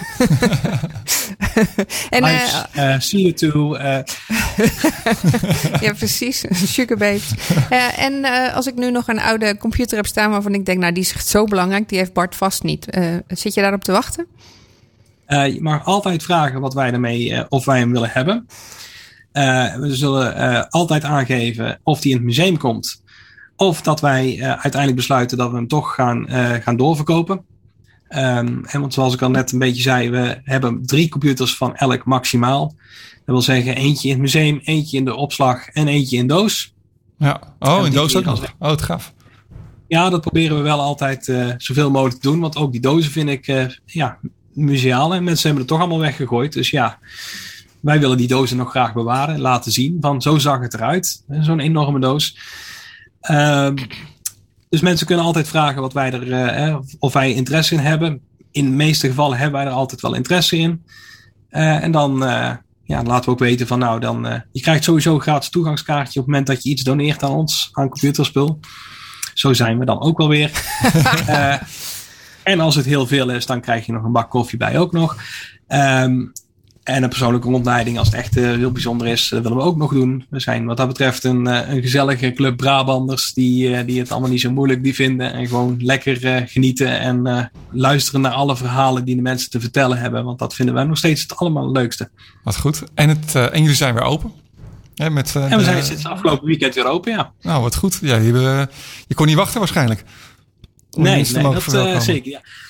en, uh, uh, See you too. Uh. ja, precies. Sugar babes. Uh, en uh, als ik nu nog een oude computer heb staan waarvan ik denk, nou, die is echt zo belangrijk, die heeft Bart vast niet. Uh, zit je daarop te wachten? Uh, je mag altijd vragen wat wij ermee, uh, of wij hem willen hebben. Uh, we zullen uh, altijd aangeven of die in het museum komt. Of dat wij uh, uiteindelijk besluiten dat we hem toch gaan, uh, gaan doorverkopen. Um, en want zoals ik al net een beetje zei, we hebben drie computers van elk maximaal. Dat wil zeggen eentje in het museum, eentje in de opslag en eentje in doos. Ja, oh, in doos ook nog. Oh, het gaaf. Ja, dat proberen we wel altijd uh, zoveel mogelijk te doen. Want ook die dozen vind ik uh, ja, museaal. En mensen hebben het toch allemaal weggegooid. Dus ja, wij willen die dozen nog graag bewaren. Laten zien van zo zag het eruit. Zo'n enorme doos. Uh, dus mensen kunnen altijd vragen wat wij er, uh, of wij interesse in hebben. In de meeste gevallen hebben wij er altijd wel interesse in. Uh, en dan uh, ja, laten we ook weten van nou, dan, uh, je krijgt sowieso een gratis toegangskaartje op het moment dat je iets doneert aan ons, aan computerspul. Zo zijn we dan ook wel weer. uh, en als het heel veel is, dan krijg je nog een bak koffie bij ook nog. Um, En een persoonlijke rondleiding als het echt uh, heel bijzonder is, uh, willen we ook nog doen. We zijn wat dat betreft een, uh, een gezellige club Brabanders die, uh, die het allemaal niet zo moeilijk die vinden. En gewoon lekker uh, genieten en uh, luisteren naar alle verhalen die de mensen te vertellen hebben. Want dat vinden wij nog steeds het allemaal leukste. Wat goed. En, het, uh, en jullie zijn weer open? Ja, met, uh, en we de, zijn sinds afgelopen weekend weer open, ja. Nou, wat goed. Ja, je, uh, je kon niet wachten waarschijnlijk. Nee, nee dat uh, zeker, ja.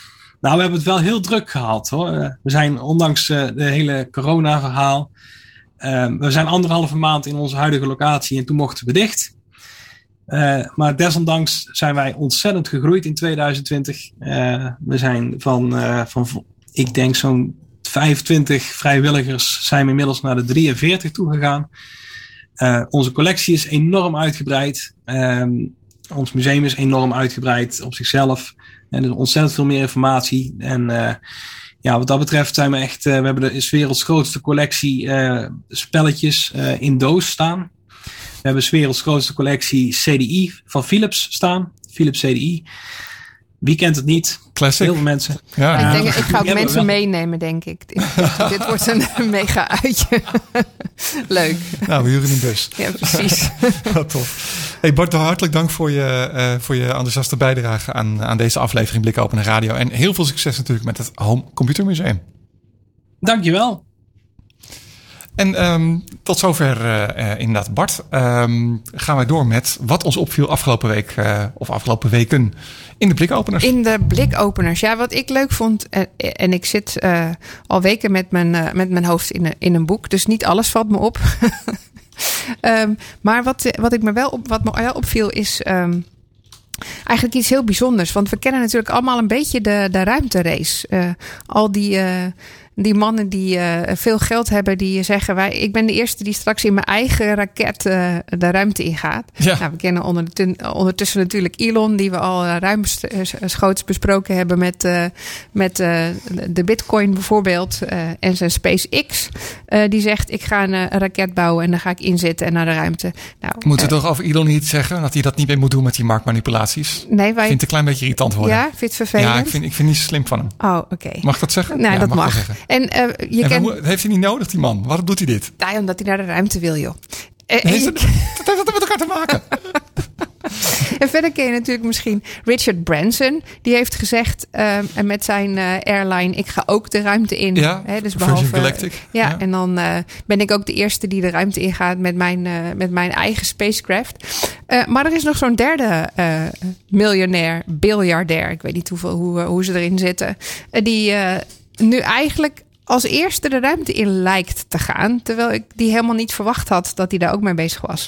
Nou, we hebben het wel heel druk gehad, hoor. Uh, we zijn ondanks uh, de hele corona-verhaal... Uh, we zijn anderhalve maand in onze huidige locatie en toen mochten we dicht. Uh, maar desondanks zijn wij ontzettend gegroeid in tweeduizend twintig. Uh, we zijn van, uh, van, ik denk zo'n vijfentwintig vrijwilligers zijn we inmiddels naar de drieënveertig toegegaan. Uh, onze collectie is enorm uitgebreid. Um, ons museum is enorm uitgebreid op zichzelf. En er is ontzettend veel meer informatie. En uh, ja, wat dat betreft zijn we echt... Uh, we hebben de is werelds grootste collectie uh, spelletjes uh, in doos staan. We hebben de werelds grootste collectie C D I van Philips staan. Philips C D I. Wie kent het niet? Classic. Heel veel mensen. Ja, ik, ja. denk, ik ga ook Ja, mensen wel. meenemen, denk ik. Dit, dit, dit wordt een mega uitje. Leuk. Nou, we huren een bus. Ja, precies. Wat tof. Hey Bart, hartelijk dank voor je, uh, voor je enthousiaste bijdrage aan, aan deze aflevering Blik Open Radio. En heel veel succes natuurlijk met het Home Computer Museum. Dankjewel. En um, tot zover uh, uh, inderdaad Bart. Um, gaan wij door met wat ons opviel afgelopen week uh, of afgelopen weken in de blikopeners. In de blikopeners. Ja, wat ik leuk vond. En, en ik zit uh, al weken met mijn, uh, met mijn hoofd in een, in een boek. Dus niet alles valt me op. um, maar wat, wat, ik me wel op, wat me wel opviel is... Um, eigenlijk iets heel bijzonders. Want we kennen natuurlijk allemaal een beetje de, de ruimterace. Uh, al die... Uh, Die mannen die uh, veel geld hebben, die zeggen... Wij, ik ben de eerste die straks in mijn eigen raket uh, de ruimte ingaat. Ja. Nou, we kennen ondertussen natuurlijk Elon... die we al uh, ruimschoots besproken hebben... met, uh, met uh, de bitcoin bijvoorbeeld uh, en zijn SpaceX. Uh, die zegt, ik ga een, uh, een raket bouwen... en dan ga ik inzetten en naar de ruimte. Nou, Moeten we uh, toch over Elon niet zeggen... dat hij dat niet meer moet doen met die marktmanipulaties? Nee, wij... Ik vind het een klein beetje irritant worden. Ja, vind je het vervelend? Ja, ik vind, ik vind het niet zo slim van hem. Oh, oké. Okay. Mag ik dat zeggen? Nou, ja, dat mag. mag. Ik wel zeggen. En uh, je en kent... hoe, heeft hij niet nodig, die man? Waarom doet hij dit? Ja, omdat hij naar de ruimte wil, joh. En, Nee, en, dat, dat heeft wat met elkaar te maken. en verder ken je natuurlijk misschien Richard Branson. Die heeft gezegd uh, met zijn uh, airline... ik ga ook de ruimte in. Ja, hè, dus Virgin behalve, Galactic. Ja, Ja. en dan uh, ben ik ook de eerste die de ruimte ingaat... met mijn, uh, met mijn eigen spacecraft. Uh, maar er is nog zo'n derde uh, miljonair, biljardair... ik weet niet hoeveel, hoe, uh, hoe ze erin zitten... Uh, die uh, nu eigenlijk... als eerste de ruimte in lijkt te gaan. Terwijl ik die helemaal niet verwacht had dat hij daar ook mee bezig was.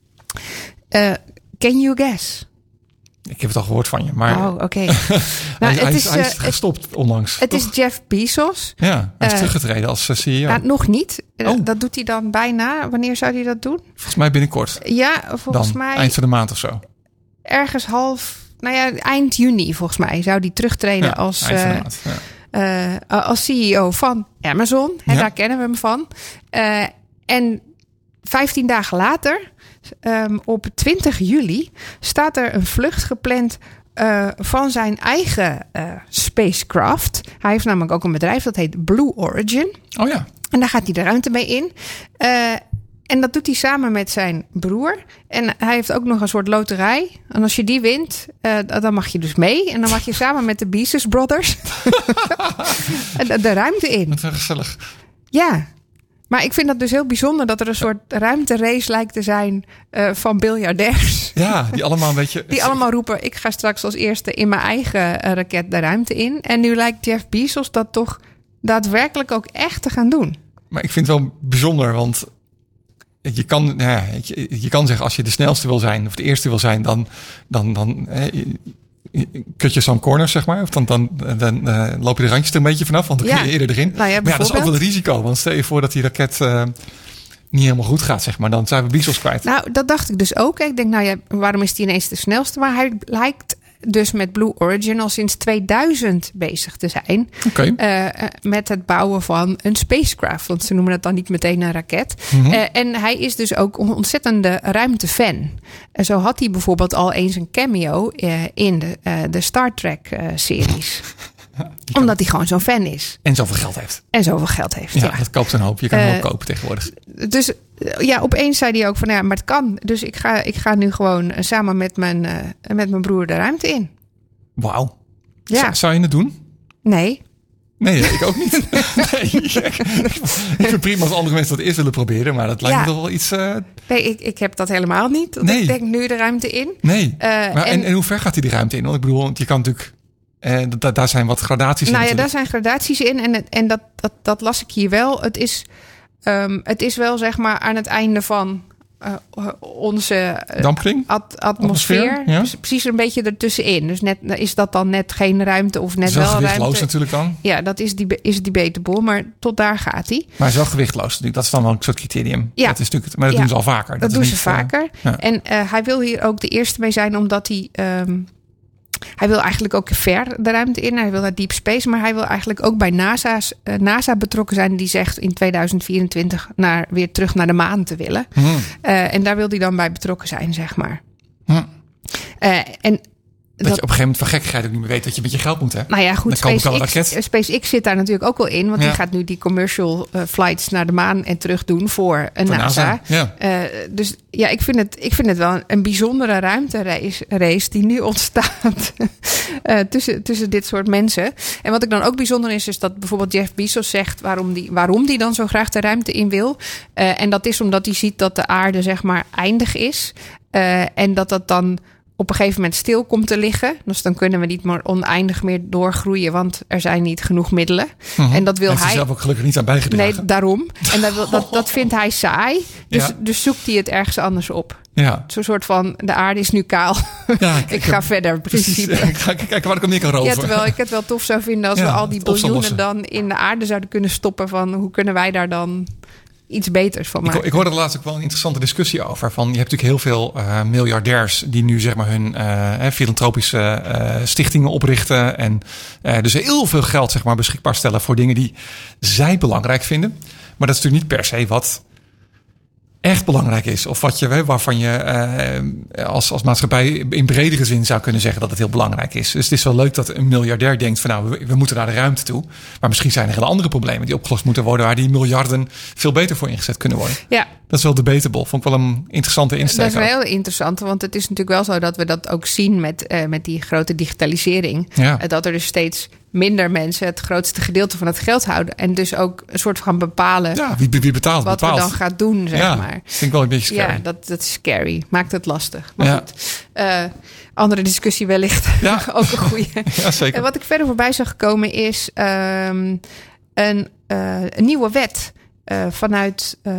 Uh, can you guess? Ik heb het al gehoord van je, maar Oh, oké. Okay. hij, nou, hij, het is, is, hij uh, is gestopt onlangs. Het toch? is Jeff Bezos. Ja, hij is uh, teruggetreden als uh, C E O. Nou, nog niet. Uh, Oh. Dat doet hij dan bijna. Wanneer zou hij dat doen? Volgens mij binnenkort. Ja, volgens Dan, mij eind van de maand of zo. ergens half... Nou ja, eind juni volgens mij zou hij terugtreden Ja, als... eind van de Uh, maand. Ja. uh, als C E O van Amazon. Hè, Ja. Daar kennen we hem van. Uh, en vijftien dagen later, um, op twintig juli, staat er een vlucht gepland uh, van zijn eigen uh, spacecraft. Hij heeft namelijk ook een bedrijf dat heet Blue Origin. Oh ja. En daar gaat hij de ruimte mee in. Uh, En dat doet hij samen met zijn broer. En hij heeft ook nog een soort loterij. En als je die wint, uh, dan mag je dus mee. En dan mag je samen met de Bezos Brothers de, de ruimte in. Wat wel gezellig. Ja, maar ik vind dat dus heel bijzonder... dat er een soort ruimterace lijkt te zijn uh, van biljardairs. Ja, die allemaal een beetje... Die allemaal roepen, ik ga straks als eerste in mijn eigen uh, raket de ruimte in. En nu lijkt Jeff Bezos dat toch daadwerkelijk ook echt te gaan doen. Maar ik vind het wel bijzonder, want... Je kan, ja, je, je kan zeggen, als je de snelste wil zijn of de eerste wil zijn, dan, dan, dan eh, kut je zo'n corners, zeg maar. Of dan, dan, dan uh, loop je de randjes er een beetje vanaf, want dan Ja. kun je eerder erin. Nou ja, maar ja, dat is ook wel bijvoorbeeld. een risico, want stel je voor dat die raket uh, niet helemaal goed gaat, zeg maar. Dan zijn we Bezos kwijt. Nou, dat dacht ik dus ook. Ik denk, nou ja, waarom is die ineens de snelste? Maar hij lijkt dus met Blue Origin al sinds tweeduizend bezig te zijn. Oké. Uh, met het bouwen van een spacecraft. Want ze noemen dat dan niet meteen een raket. Mm-hmm. Uh, en hij is dus ook een ontzettende ruimtefan. En zo had hij bijvoorbeeld al eens een cameo uh, in de, uh, de Star Trek uh, series. Omdat hij gewoon zo'n fan is. En zoveel geld heeft. En zoveel geld heeft. Ja, Ja. dat koopt een hoop. Je kan hem Uh, ook kopen tegenwoordig. Dus ja, opeens zei hij ook van ja, maar het kan. Dus ik ga, ik ga nu gewoon samen met mijn, uh, met mijn broer de ruimte in. Wauw. Ja. Zou, zou je het doen? Nee. Nee, ik ook niet. Nee, ik vind prima als andere mensen dat eerst willen proberen, maar dat lijkt Ja. me toch wel iets... Uh, Nee, ik, ik heb dat helemaal niet. Want Nee. ik denk nu de ruimte in. nee. Uh, maar en, en- en hoe ver gaat hij de ruimte in? Want ik bedoel, want je kan natuurlijk Uh, da- daar zijn wat gradaties in. Nou ja, natuurlijk. daar zijn gradaties in. En, en dat, dat, dat las ik hier wel. Het is, um, het is wel zeg maar aan het einde van uh, onze uh, Dampkring? At- atmosfeer. Atmosfeer, ja. Dus precies een beetje ertussenin. Dus net, is dat dan net geen ruimte of net Het is wel wel gewichtloos ruimte? natuurlijk dan. Ja, dat is, die, is debatable. Maar tot daar gaat hij. Maar het is wel gewichtloos natuurlijk. Dat is dan wel een soort criterium. Ja. Dat is natuurlijk, maar dat Ja. doen ze al vaker. Dat, is doen niet, ze vaker. Uh, ja. En uh, hij wil hier ook de eerste mee zijn, omdat hij... Um, hij wil eigenlijk ook ver de ruimte in. Hij wil naar deep space. Maar hij wil eigenlijk ook bij NASA's, uh, NASA betrokken zijn. Die zegt in tweeduizend vierentwintig naar, weer terug naar de maan te willen. Hmm. Uh, en daar wil hij dan bij betrokken zijn, zeg maar. Hmm. Uh, en Dat, dat, je op een gegeven moment van gekkigheid ook niet meer weet dat je met je geld moet, hè? nou ja, goed, Dan koop ik wel een SpaceX, raket. SpaceX zit daar natuurlijk ook wel in. Want Ja. die gaat nu die commercial uh, flights naar de maan en terug doen voor een Voor NASA. NASA, ja. Uh, dus ja, ik vind, het, ik vind het wel een, een bijzondere ruimterace race die nu ontstaat uh, tussen, tussen dit soort mensen. En wat ik dan ook bijzonder is, is dat bijvoorbeeld Jeff Bezos zegt waarom die, waarom die dan zo graag de ruimte in wil. Uh, en dat is omdat hij ziet dat de aarde zeg maar eindig is. Uh, en dat dat dan op een gegeven moment stil komt te liggen. Dus dan kunnen we niet meer oneindig meer doorgroeien, want er zijn niet genoeg middelen. Mm-hmm. En dat wil Heeft hij. hij zelf ook gelukkig niet aan bijgedragen. Nee, daarom. En dat, wil, dat, dat vindt hij saai. Dus, Ja. dus zoekt hij het ergens anders op. Ja. Zo'n soort van, de aarde is nu kaal. Ja, ik ga verder, Precies. principe. Ik ga kijken waar ik hem neer kan roven. Ja, terwijl ik het wel tof zou vinden als Ja, we al die het op zou biljoenen lossen. dan in de aarde zouden kunnen stoppen. Van hoe kunnen wij daar dan iets beters van Ik, maken? ho- ik hoorde er laatst ook wel een interessante discussie over. Van, je hebt natuurlijk heel veel uh, miljardairs die nu zeg maar hun uh, filantropische uh, stichtingen oprichten. En uh, dus heel veel geld zeg maar, beschikbaar stellen voor dingen die zij belangrijk vinden. Maar dat is natuurlijk niet per se wat echt belangrijk is. Of wat je, waarvan je uh, als, als maatschappij in bredere zin zou kunnen zeggen dat het heel belangrijk is. Dus het is wel leuk dat een miljardair denkt van nou, we, we moeten naar de ruimte toe. Maar misschien zijn er hele andere problemen die opgelost moeten worden, waar die miljarden veel beter voor ingezet kunnen worden. Ja, Dat is wel debatable. Vond ik wel een interessante insteek. dat is wel ook. heel interessant. Want het is natuurlijk wel zo dat we dat ook zien met, uh, met die grote digitalisering. Ja. Uh, dat er dus steeds minder mensen het grootste gedeelte van het geld houden. En dus ook een soort van bepalen Ja, wie, wie betaalt, wat bepaalt. we dan gaan doen, zeg ja, maar. vind ik wel een beetje scary. Ja, dat, dat is scary. Maakt het lastig. Maar Ja. goed, uh, andere discussie wellicht. Ja. Ook een goede. Ja, zeker. En wat ik verder voorbij zag gekomen is um, een, uh, een nieuwe wet uh, vanuit uh,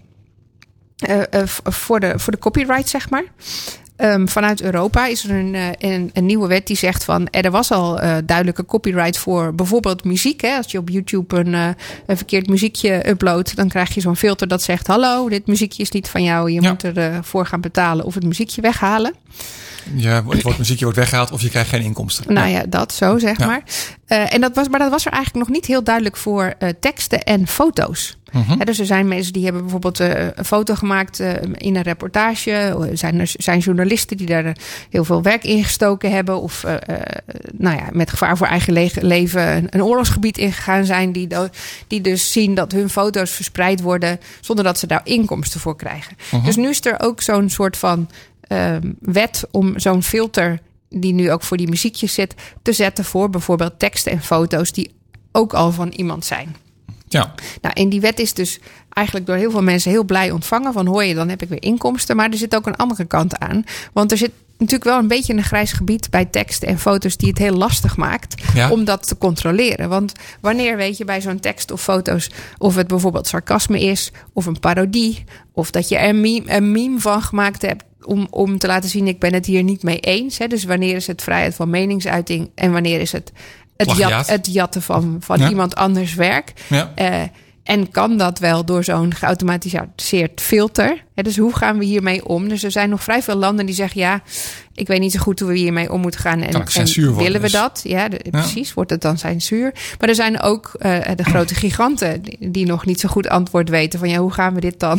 uh, uh, voor, de, voor de copyright, zeg maar. Um, vanuit Europa is er een, uh, een, een nieuwe wet die zegt van er was al uh, duidelijke copyright voor bijvoorbeeld muziek. Hè? Als je op YouTube een, uh, een verkeerd muziekje uploadt, dan krijg je zo'n filter dat zegt hallo, dit muziekje is niet van jou. Je Ja. moet ervoor uh, voor gaan betalen of het muziekje weghalen. Ja, het wordt muziekje wordt weggehaald of je krijgt geen inkomsten. Nou ja, dat zo zeg Ja. maar. Uh, en dat was, maar dat was er eigenlijk nog niet heel duidelijk voor uh, teksten en foto's. Mm-hmm. He, dus er zijn mensen die hebben bijvoorbeeld uh, een foto gemaakt uh, in een reportage. Er zijn, er zijn journalisten die daar heel veel werk in gestoken hebben. Of uh, uh, nou ja, met gevaar voor eigen le- leven een, een oorlogsgebied ingegaan zijn. Die, do- die dus zien dat hun foto's verspreid worden zonder dat ze daar inkomsten voor krijgen. Mm-hmm. Dus nu is er ook zo'n soort van uh, wet om zo'n filter die nu ook voor die muziekjes zit te zetten voor bijvoorbeeld teksten en foto's die ook al van iemand zijn. Ja. Nou, en die wet is dus eigenlijk door heel veel mensen heel blij ontvangen. Van hoor je, dan heb ik weer inkomsten. Maar er zit ook een andere kant aan. Want er zit natuurlijk wel een beetje een grijs gebied bij teksten en foto's die het heel lastig maakt Ja. om dat te controleren. Want wanneer weet je bij zo'n tekst of foto's of het bijvoorbeeld sarcasme is of een parodie of dat je er een meme, een meme van gemaakt hebt om, om te laten zien ik ben het hier niet mee eens. Hè? Dus wanneer is het vrijheid van meningsuiting en wanneer is het het, jat, Plagiaat. het jatten van, van Ja. iemand anders werk. Ja. Uh, en kan dat wel door zo'n geautomatiseerd filter? Hè, dus hoe gaan we hiermee om? Dus er zijn nog vrij veel landen die zeggen ja, ik weet niet zo goed hoe we hiermee om moeten gaan. En, Kan ook en censuur worden, willen we dus. dat? Ja, de, precies. Wordt het dan censuur? Maar er zijn ook uh, de grote giganten die, die nog niet zo goed antwoord weten van ja, hoe gaan we dit dan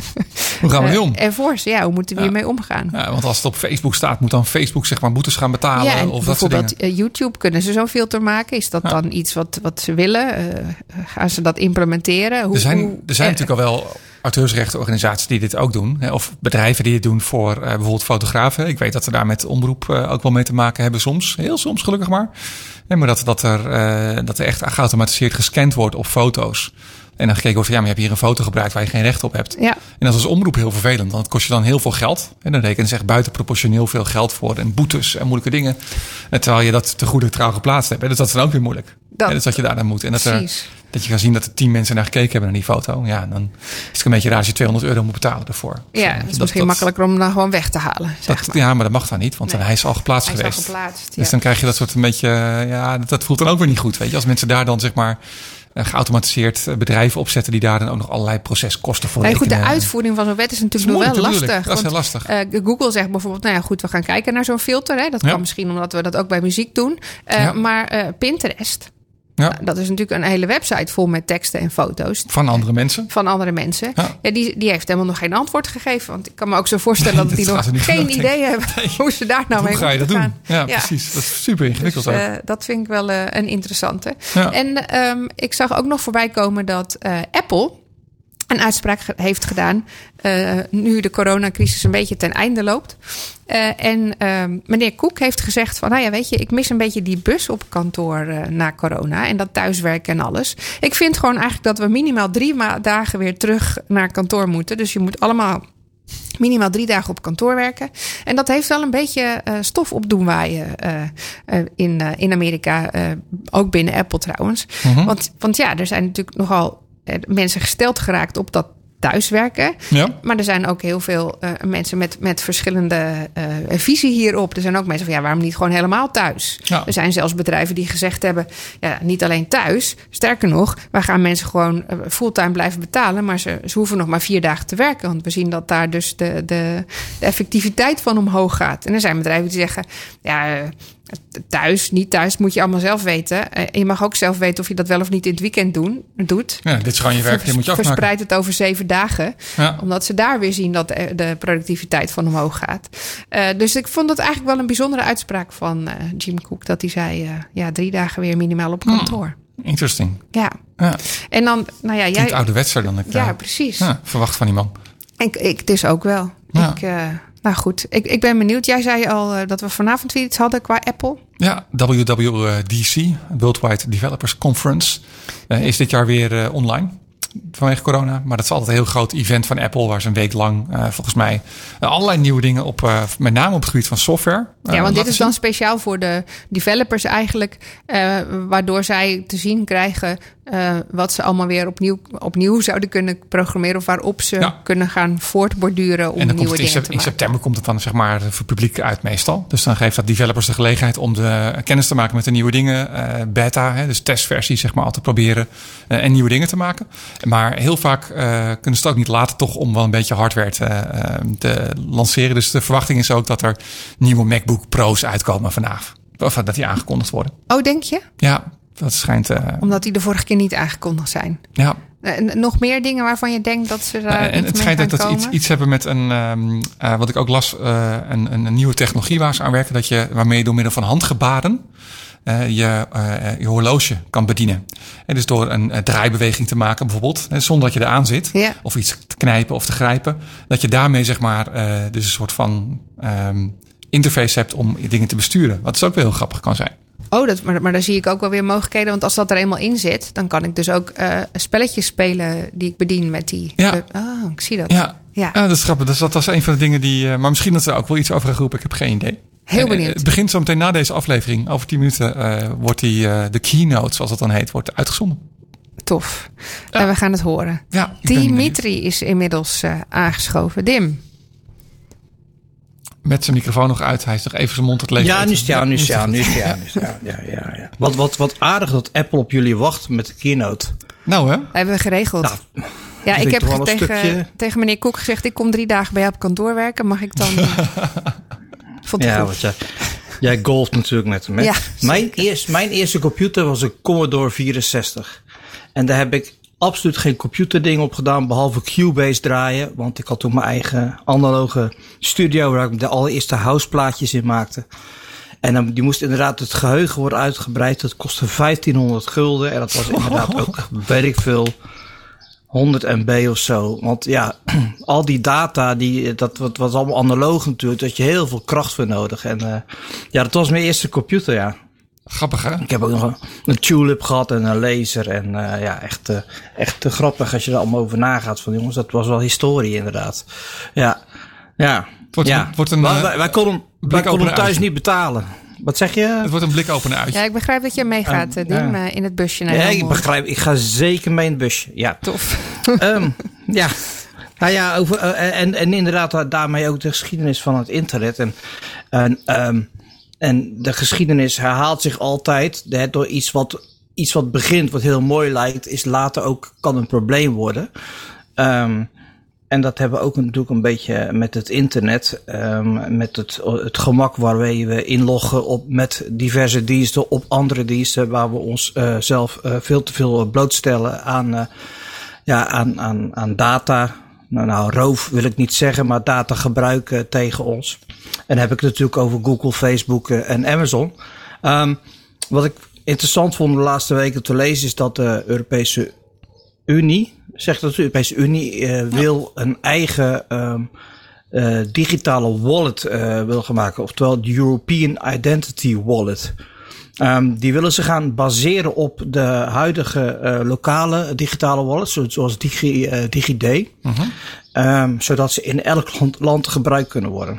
Hoe gaan we uh, mee om? enforcen? Ja, hoe moeten we Ja. hiermee omgaan? Ja, want als het op Facebook staat, moet dan Facebook zeg maar boetes gaan betalen Ja, en of dat soort bijvoorbeeld dingen. uh, YouTube, kunnen ze zo'n filter maken? Is dat Ja. dan iets wat, wat ze willen? Uh, gaan ze dat implementeren? Hoe, Er zijn, hoe- er zijn eh, natuurlijk al wel auteursrechtenorganisaties die dit ook doen. Hè, of bedrijven die dit doen voor uh, bijvoorbeeld fotografen. Ik weet dat we daar met omroep uh, ook wel mee te maken hebben soms. Heel soms gelukkig maar. Ja, maar dat, dat, er, uh, dat er echt geautomatiseerd gescand wordt op foto's. En dan gekeken wordt van ja, maar je hebt hier een foto gebruikt waar je geen recht op hebt. Ja. En dat is als omroep heel vervelend. Want het kost je dan heel veel geld. En dan rekenen ze echt buitenproportioneel veel geld voor. En boetes en moeilijke dingen. En terwijl je dat te goede trouw geplaatst hebt. En dus dat is dan ook weer moeilijk. Dat, en dus dat je daar dan moet. En dat, er, precies. dat je kan zien dat er tien mensen naar gekeken hebben naar die foto. Ja, dan is het een beetje raar als je tweehonderd euro moet betalen ervoor. Ja, het is misschien makkelijker om hem dan gewoon weg te halen. Zeg dat, maar. Ja, maar dat mag dan niet. Want Nee. hij is al geplaatst Hij is geweest. al geplaatst, Dus ja. dan krijg je dat soort een beetje... Ja, dat, dat voelt dan ook weer niet goed. Weet je, als mensen daar dan zeg maar... geautomatiseerd bedrijven opzetten die daar dan ook nog allerlei proceskosten voor Nee, goed, rekenen. de uitvoering van zo'n wet is natuurlijk Dat is nog wel moeilijk, lastig. natuurlijk. Dat is want, heel lastig. uh, Google zegt bijvoorbeeld, nou ja, goed, we gaan kijken naar zo'n filter. Hè. Dat Ja. kan misschien omdat we dat ook bij muziek doen. Uh, Ja. Maar uh, Pinterest, Ja, nou, dat is natuurlijk een hele website vol met teksten en foto's. van andere mensen. Van andere mensen. Ja. Ja, die, die heeft helemaal nog geen antwoord gegeven. Want ik kan me ook zo voorstellen Nee, dat die dat nog gaat er niet geen vanaf, denk idee hebben hoe ze daar nou Hoe mee ga je dat moeten doen? gaan. Ja, precies. Dat is super ingewikkeld Dus, ook. uh, dat vind ik wel uh, een interessante. Ja. En um, ik zag ook nog voorbij komen dat uh, Apple een uitspraak ge- heeft gedaan. Uh, nu de coronacrisis een beetje ten einde loopt. Uh, en uh, meneer Cook heeft gezegd van... nou ja, weet je, ik mis een beetje die bus op kantoor uh, na corona. En dat thuiswerken en alles. Ik vind gewoon eigenlijk dat we minimaal drie ma- dagen weer terug naar kantoor moeten. Dus je moet allemaal minimaal drie dagen op kantoor werken. En dat heeft wel een beetje uh, stof op doen waaien uh, uh, in, uh, in Amerika. Uh, ook binnen Apple trouwens. Mhm. Want, want ja, er zijn natuurlijk nogal uh, mensen gesteld geraakt op dat thuiswerken. Ja. Maar er zijn ook heel veel uh, mensen met, met verschillende uh, visie hierop. Er zijn ook mensen van, ja, waarom niet gewoon helemaal thuis? Ja. Er zijn zelfs bedrijven die gezegd hebben, ja, niet alleen thuis. Sterker nog, wij gaan mensen gewoon uh, fulltime blijven betalen. Maar ze, ze hoeven nog maar vier dagen te werken. Want we zien dat daar dus de, de, de effectiviteit van omhoog gaat. En er zijn bedrijven die zeggen, ja, uh, thuis, niet thuis, moet je allemaal zelf weten. Uh, je mag ook zelf weten of je dat wel of niet in het weekend doen, doet. Ja, dit is gewoon je werk, dit moet je afmaken. Verspreid het over zeven dagen. Ja. Omdat ze daar weer zien dat de, de productiviteit van omhoog gaat. Uh, dus ik vond dat eigenlijk wel een bijzondere uitspraak van uh, Jim Cook. Dat hij zei, uh, ja, drie dagen weer minimaal op kantoor. Interesting. Ja. Ja. En dan, nou ja, Klinkt jij... ouderwetser dan ik Ja, uh, precies. ja, verwacht van die man. Ik, ik dus ook wel. Ja. Ik, uh, nou goed, ik, ik ben benieuwd. Jij zei al uh, dat we vanavond weer iets hadden qua Apple. Ja, W W D C, Worldwide Developers Conference, uh, is dit jaar weer uh, online. Vanwege corona. Maar dat is altijd een heel groot event van Apple. Waar ze een week lang uh, volgens mij uh, allerlei nieuwe dingen op. Uh, met name op het gebied van software. Uh, Ja, want dit is zien. dan speciaal voor de developers eigenlijk. Uh, waardoor zij te zien krijgen uh, wat ze allemaal weer opnieuw, opnieuw zouden kunnen programmeren. Of waarop ze Ja. kunnen gaan voortborduren om En dan nieuwe komt het in, dingen sep- te in maken. september komt het dan zeg maar voor publiek uit meestal. Dus dan geeft dat developers de gelegenheid om de, uh, kennis te maken met de nieuwe dingen. Uh, beta, hè, dus testversies zeg maar al te proberen. Uh, en nieuwe dingen te maken. Maar heel vaak uh, kunnen ze het ook niet laten toch om wel een beetje hardware te, uh, te lanceren. Dus de verwachting is ook dat er nieuwe MacBook Pro's uitkomen vandaag. Of dat die aangekondigd worden. Oh, denk je? Ja, dat schijnt... Uh, Omdat die de vorige keer niet aangekondigd zijn. ja, Uh, nog meer dingen waarvan je denkt dat ze daar Nou, en iets het mee schijnt gaan ook dat ze komen? iets, iets hebben met een, um, uh, wat ik ook las, uh, een, een, een nieuwe technologie waar ze aan werken. Dat je, waarmee je door middel van handgebaren uh, je, uh, je horloge kan bedienen. En dus door een, een draaibeweging te maken bijvoorbeeld, hè, zonder dat je eraan zit. Ja. Of iets te knijpen of te grijpen. Dat je daarmee zeg maar uh, dus een soort van um, interface hebt om dingen te besturen. Wat dus ook wel heel grappig kan zijn. Oh, dat, maar, maar daar zie ik ook wel weer mogelijkheden. Want als dat er eenmaal in zit, dan kan ik dus ook uh, spelletjes spelen die ik bedien met die. Ja. Uh, oh, ik zie dat. Ja, Ja. ja. dat is grappig. Dus dat was een van de dingen die... Uh, maar misschien dat er ook wel iets over gaan roepen. Ik heb geen idee. Heel En, uh, benieuwd. Het begint zo meteen na deze aflevering. Over tien minuten uh, wordt die, uh, de keynote, zoals dat dan heet, wordt uitgezonden. Tof. Ja. En we gaan het horen. Ja, ik ben benieuwd. Dimitri is inmiddels uh, aangeschoven. Dim. Met zijn microfoon nog uit. Hij is nog even zijn mond tot leeg. Ja, eten. nu is het ja, nu is het ja, nu is het ja, nu is het ja, ja, ja, ja. Wat, wat, wat aardig dat Apple op jullie wacht met de keynote. Nou hè? Dat hebben we geregeld. Nou, ja, vind ik ik heb toch wel een tegen, stukje- tegen meneer Koek gezegd, ik kom drie dagen bij jou op kantoor werken. Mag ik dan... Vond ik Ja, goed. wat jij, jij golft natuurlijk met hem. Hè? Ja, mijn, eerst, mijn eerste computer was een Commodore vierenzestig. En daar heb ik absoluut geen computerding op gedaan, behalve Cubase draaien. Want ik had toen mijn eigen analoge studio waar ik de allereerste houseplaatjes in maakte. En dan, die moest inderdaad het geheugen worden uitgebreid. Dat kostte vijftienhonderd gulden. En dat was inderdaad ook, weet ik veel, honderd megabyte of zo. Want ja, al die data, die, dat, dat was allemaal analoog natuurlijk. Dat je heel veel kracht voor nodig. En uh, ja, dat was mijn eerste computer, ja. Grappig, hè? Ik heb ook nog een, een tulip gehad en een laser. En uh, ja, echt, uh, echt te grappig als je er allemaal over nagaat. Van jongens, dat was wel historie inderdaad. Ja, ja. Het wordt, ja. het wordt een, maar wij, wij konden, wij konden thuis uitje. niet betalen. Wat zeg je? Het wordt een blikopener uit. Ja, ik begrijp dat je meegaat, uh, Dim, ja. uh, in het busje naar Ja, Helmond. ik begrijp. Ik ga zeker mee in het busje. Ja. Tof. um, ja. Nou ja, over, uh, en, en inderdaad daarmee ook de geschiedenis van het internet. En, en, um, en de geschiedenis herhaalt zich altijd. Hè, door iets wat, iets wat begint, wat heel mooi lijkt, is later ook kan een probleem worden. Um, en dat hebben we ook natuurlijk een beetje met het internet. Um, met het, het gemak waarmee we inloggen op, met diverse diensten op andere diensten. Waar we ons uh, zelf uh, veel te veel blootstellen aan, uh, ja, aan, aan, aan data. Nou, nou, roof wil ik niet zeggen, maar data gebruiken tegen ons. En dan heb ik het natuurlijk over Google, Facebook uh, en Amazon. Um, wat ik interessant vond de laatste weken te lezen is dat de Europese Unie, zegt dat de Europese Unie uh, wil een eigen um, uh, digitale wallet uh, wil gaan maken. Oftewel de European Identity Wallet. Um, die willen ze gaan baseren op de huidige uh, lokale digitale wallets, zoals Digi, uh, DigiD. Uh-huh. Um, zodat ze in elk land, land gebruikt kunnen worden.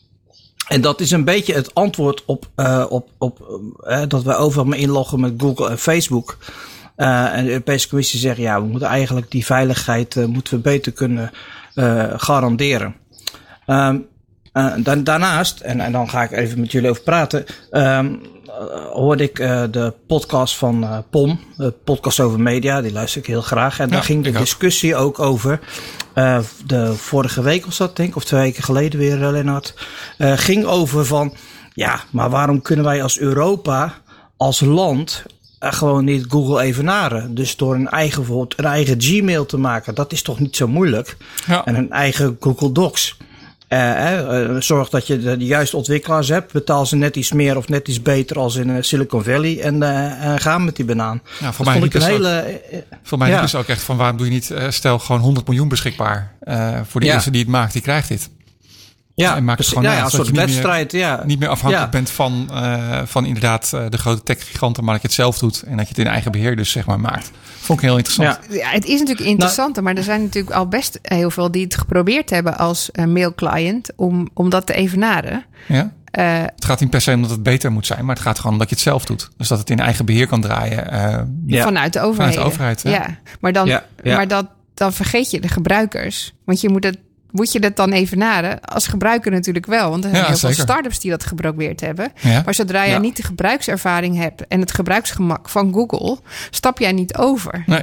En dat is een beetje het antwoord op, uh, op, op uh, dat wij overal maar inloggen met Google en Facebook. Uh, en de Europese Commissie zegt, ja, we moeten eigenlijk die veiligheid uh, moeten we beter kunnen uh, garanderen. Um, uh, da- daarnaast, en, en dan ga ik even met jullie over praten, um, uh, hoorde ik uh, de podcast van uh, P O M, de podcast over media, die luister ik heel graag. En ja, daar ging de discussie ook over. Uh, de vorige week was dat, denk ik, of twee weken geleden weer, uh, Lennart. Uh, ging over van, ja, maar waarom kunnen wij als Europa, als land, uh, gewoon niet Google evenaren? Dus door een eigen, bijvoorbeeld een eigen Gmail te maken, dat is toch niet zo moeilijk? Ja. En een eigen Google Docs. Uh, uh, zorg dat je de, de juiste ontwikkelaars hebt. Betaal ze net iets meer of net iets beter als in uh, Silicon Valley. En uh, uh, ga met die banaan. Ja, voor mij, een hele, uh, voor mij ja. is het ook echt van waarom doe je niet, uh, stel gewoon honderd miljoen beschikbaar. Uh, voor de ja. eerste die het maakt, die krijgt dit. Ja, en maak het gewoon ja, na, ja, een soort wedstrijd. Niet meer, ja. niet meer afhankelijk ja. bent van, uh, van inderdaad uh, de grote tech-giganten, maar dat je het zelf doet. En dat je het in eigen beheer dus zeg maar maakt. Vond ik heel interessant. Ja, ja het is natuurlijk interessant, nou, maar er zijn natuurlijk al best heel veel die het geprobeerd hebben als uh, mailclient om, om dat te evenaren. Ja? Uh, het gaat niet per se omdat het beter moet zijn, maar het gaat gewoon dat je het zelf doet. Dus dat het in eigen beheer kan draaien. Uh, ja. Vanuit de overheid. Vanuit de overheid, ja. ja. Maar, dan, ja, ja. maar dat, dan vergeet je de gebruikers. Want je moet het Moet je dat dan evenaren? Als gebruiker natuurlijk wel. Want er zijn ja, heel zeker. veel start-ups die dat geprobeerd hebben. Ja. Maar zodra je ja. niet de gebruikservaring hebt en het gebruiksgemak van Google, stap jij niet over. Nee.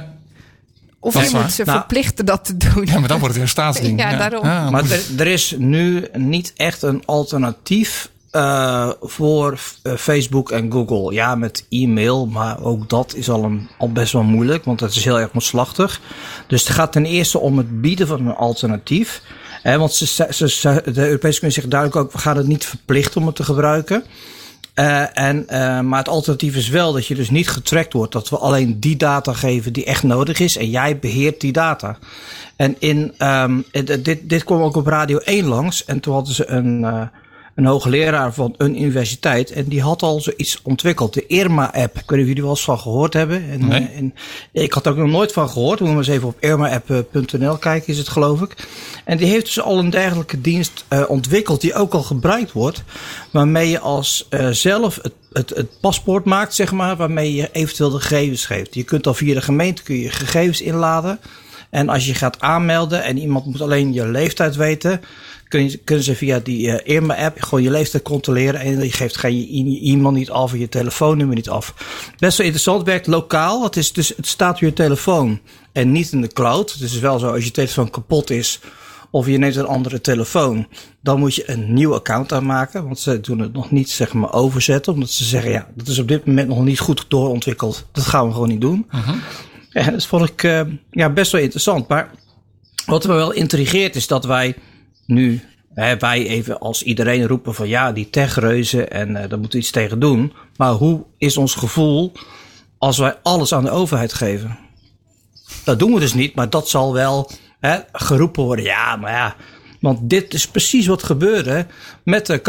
Of dat je moet ze nou, verplichten dat te doen. Ja, maar dan wordt het weer een staatsding. ja, ja, daarom. Ja, maar er, er is nu niet echt een alternatief uh, voor uh, Facebook en Google. Ja, met e-mail, maar ook dat is al, een, al best wel moeilijk, want dat is heel erg omslachtig. Dus het gaat ten eerste om het bieden van een alternatief. He, want ze, ze, ze, de Europese Commissie zegt duidelijk ook, we gaan het niet verplichten om het te gebruiken. Uh, en, uh, maar het alternatief is wel dat je dus niet getrackt wordt. Dat we alleen die data geven die echt nodig is. En jij beheert die data. En in, um, dit, dit kwam ook op Radio één langs. En toen hadden ze een, uh, een hoogleraar van een universiteit. En die had al zoiets ontwikkeld. De Irma-app. Ik weet niet of jullie wel eens van gehoord hebben. En, nee. uh, en, ik had er ook nog nooit van gehoord. We moeten eens even op irma app punt n l kijken, is het geloof ik. En die heeft dus al een dergelijke dienst uh, ontwikkeld die ook al gebruikt wordt. Waarmee je als uh, zelf het, het, het paspoort maakt, zeg maar. Waarmee je eventueel de gegevens geeft. Je kunt al via de gemeente kun je gegevens inladen. En als je gaat aanmelden en iemand moet alleen je leeftijd weten, kun je, kunnen ze via die uh, Irma-app gewoon je leeftijd controleren. En je geeft geen je e-mail niet af en je telefoonnummer niet af. Best wel interessant, werkt lokaal. Het, is dus, het staat op je telefoon en niet in de cloud. Het is wel zo, als je telefoon kapot is of je neemt een andere telefoon, dan moet je een nieuw account aanmaken. Want ze doen het nog niet, zeg maar, overzetten. Omdat ze zeggen, ja, dat is op dit moment nog niet goed doorontwikkeld. Dat gaan we gewoon niet doen. Uh-huh. Ja, dat vond ik uh, ja, best wel interessant. Maar wat me wel intrigeert is dat wij nu, hè, wij even als iedereen roepen van ja, die techreuzen en uh, daar moeten we iets tegen doen. Maar hoe is ons gevoel als wij alles aan de overheid geven? Dat doen we dus niet, maar dat zal wel hè, geroepen worden. Ja, maar ja, Want dit is precies wat gebeurde met de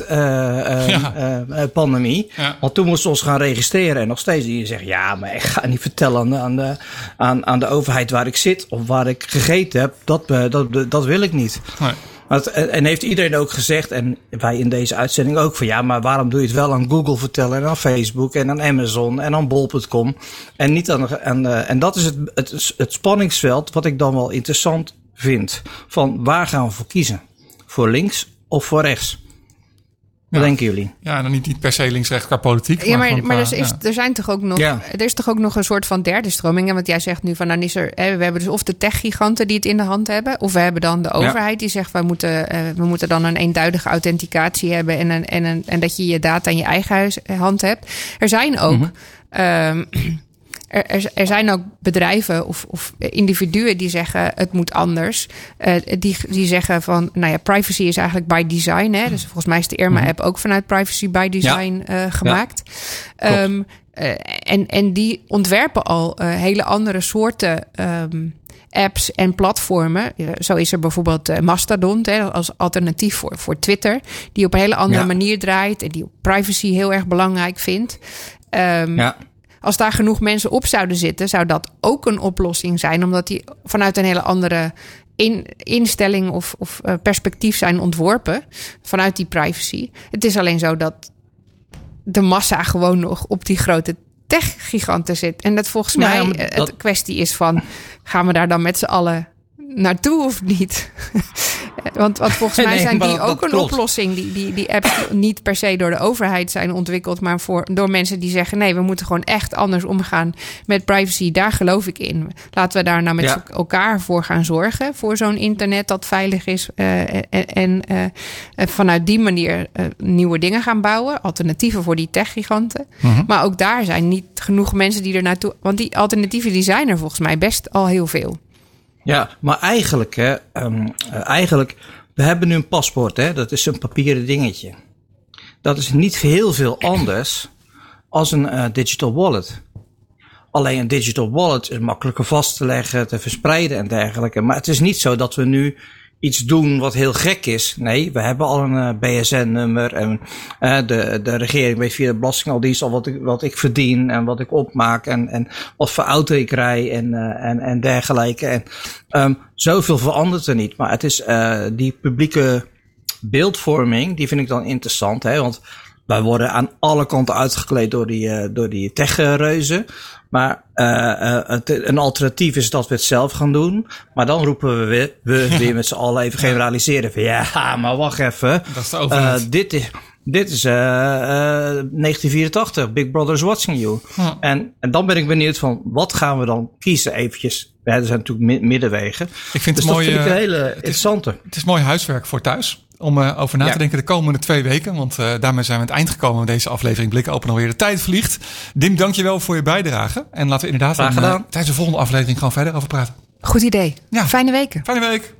COVID-pandemie. Uh, uh, ja. Want toen moesten we ons gaan registreren. En nog steeds die zeggen, ja, maar ik ga niet vertellen aan de, aan, aan de overheid waar ik zit of waar ik gegeten heb. Dat, uh, dat, dat wil ik niet. Nee. En heeft iedereen ook gezegd, en wij in deze uitzending ook, van ja, maar waarom doe je het wel aan Google vertellen en aan Facebook en aan Amazon en aan bol punt com en niet aan, aan uh, en dat is het, het, het spanningsveld wat ik dan wel interessant vind. Van waar gaan we voor kiezen? Voor links of voor rechts? Wat ja. denken jullie? Ja, dan niet, niet per se links-rechts qua politiek. Ja, maar, maar, maar qua, dus is, ja. er zijn toch ook nog, ja. er is toch ook nog een soort van derde stroming. En wat jij zegt nu van, dan is er, hè, we hebben dus of de tech-giganten die het in de hand hebben, of we hebben dan de overheid ja. die zegt, wij moeten, uh, we moeten dan een eenduidige authenticatie hebben en, een, en, een, en dat je je data in je eigen huis, hand hebt. Er zijn ook. Mm-hmm. Um, Er, er, er zijn ook bedrijven of, of individuen die zeggen het moet anders. Uh, die, die zeggen van, nou ja, privacy is eigenlijk by design. Hè? Dus volgens mij is de Irma-app ook vanuit privacy by design ja. uh, gemaakt. Ja. Um, uh, en, en die ontwerpen al uh, hele andere soorten um, apps en platformen. Uh, zo is er bijvoorbeeld uh, Mastodon hè, als alternatief voor, voor Twitter. Die op een hele andere ja. manier draait en die privacy heel erg belangrijk vindt. Um, ja. Als daar genoeg mensen op zouden zitten, zou dat ook een oplossing zijn. Omdat die vanuit een hele andere in, instelling of, of uh, perspectief zijn ontworpen. Vanuit die privacy. Het is alleen zo dat de massa gewoon nog op die grote tech-giganten zit. En dat volgens nou, mij ja, dat... het kwestie is van, gaan we daar dan met z'n allen naartoe of niet? Want, want volgens mij zijn nee, die ook een klopt. oplossing. Die, die, die apps niet per se door de overheid zijn ontwikkeld, maar voor, door mensen die zeggen, nee, we moeten gewoon echt anders omgaan met privacy. Daar geloof ik in. Laten we daar nou met ja. elkaar voor gaan zorgen. Voor zo'n internet dat veilig is. Uh, en en uh, vanuit die manier uh, nieuwe dingen gaan bouwen. Alternatieven voor die tech-giganten. Mm-hmm. Maar ook daar zijn niet genoeg mensen die er naartoe... Want die alternatieven die zijn er volgens mij best al heel veel. Ja, maar eigenlijk, hè, um, uh, eigenlijk, we hebben nu een paspoort, hè, dat is een papieren dingetje. Dat is niet heel veel anders als een uh, digital wallet. Alleen een digital wallet is makkelijker vast te leggen, te verspreiden en dergelijke. Maar het is niet zo dat we nu iets doen wat heel gek is. Nee, we hebben al een uh, B S N-nummer en uh, de, de regering weet via de Belastingdienst al wat ik, wat ik verdien en wat ik opmaak en, en wat voor auto ik rij en, uh, en, en dergelijke. En um, zoveel verandert er niet. Maar het is uh, die publieke beeldvorming, die vind ik dan interessant, hè, want wij worden aan alle kanten uitgekleed door die, uh, door die tech-reuzen. Maar uh, uh, het, een alternatief is dat we het zelf gaan doen. Maar dan roepen we weer, we weer met z'n allen even generaliseren. Van ja, maar wacht even. Dat is de overheid. Uh, dit is, dit is uh, uh, negentien vierentachtig. Big Brother's watching you. Ja. En, en dan ben ik benieuwd van wat gaan we dan kiezen eventjes. Ja, er zijn natuurlijk middenwegen. Ik vind dus het dat mooi, vind ik een hele het interessante. Is, het is mooi huiswerk voor thuis. Om uh, over na te ja. denken de komende twee weken. Want uh, daarmee zijn we aan het eind gekomen met deze aflevering Blik Open alweer. De tijd vliegt. Dim, dankjewel voor je bijdrage. En laten we inderdaad dan, uh, tijdens de volgende aflevering gewoon verder over praten. Goed idee. Ja. Fijne weken. Fijne week.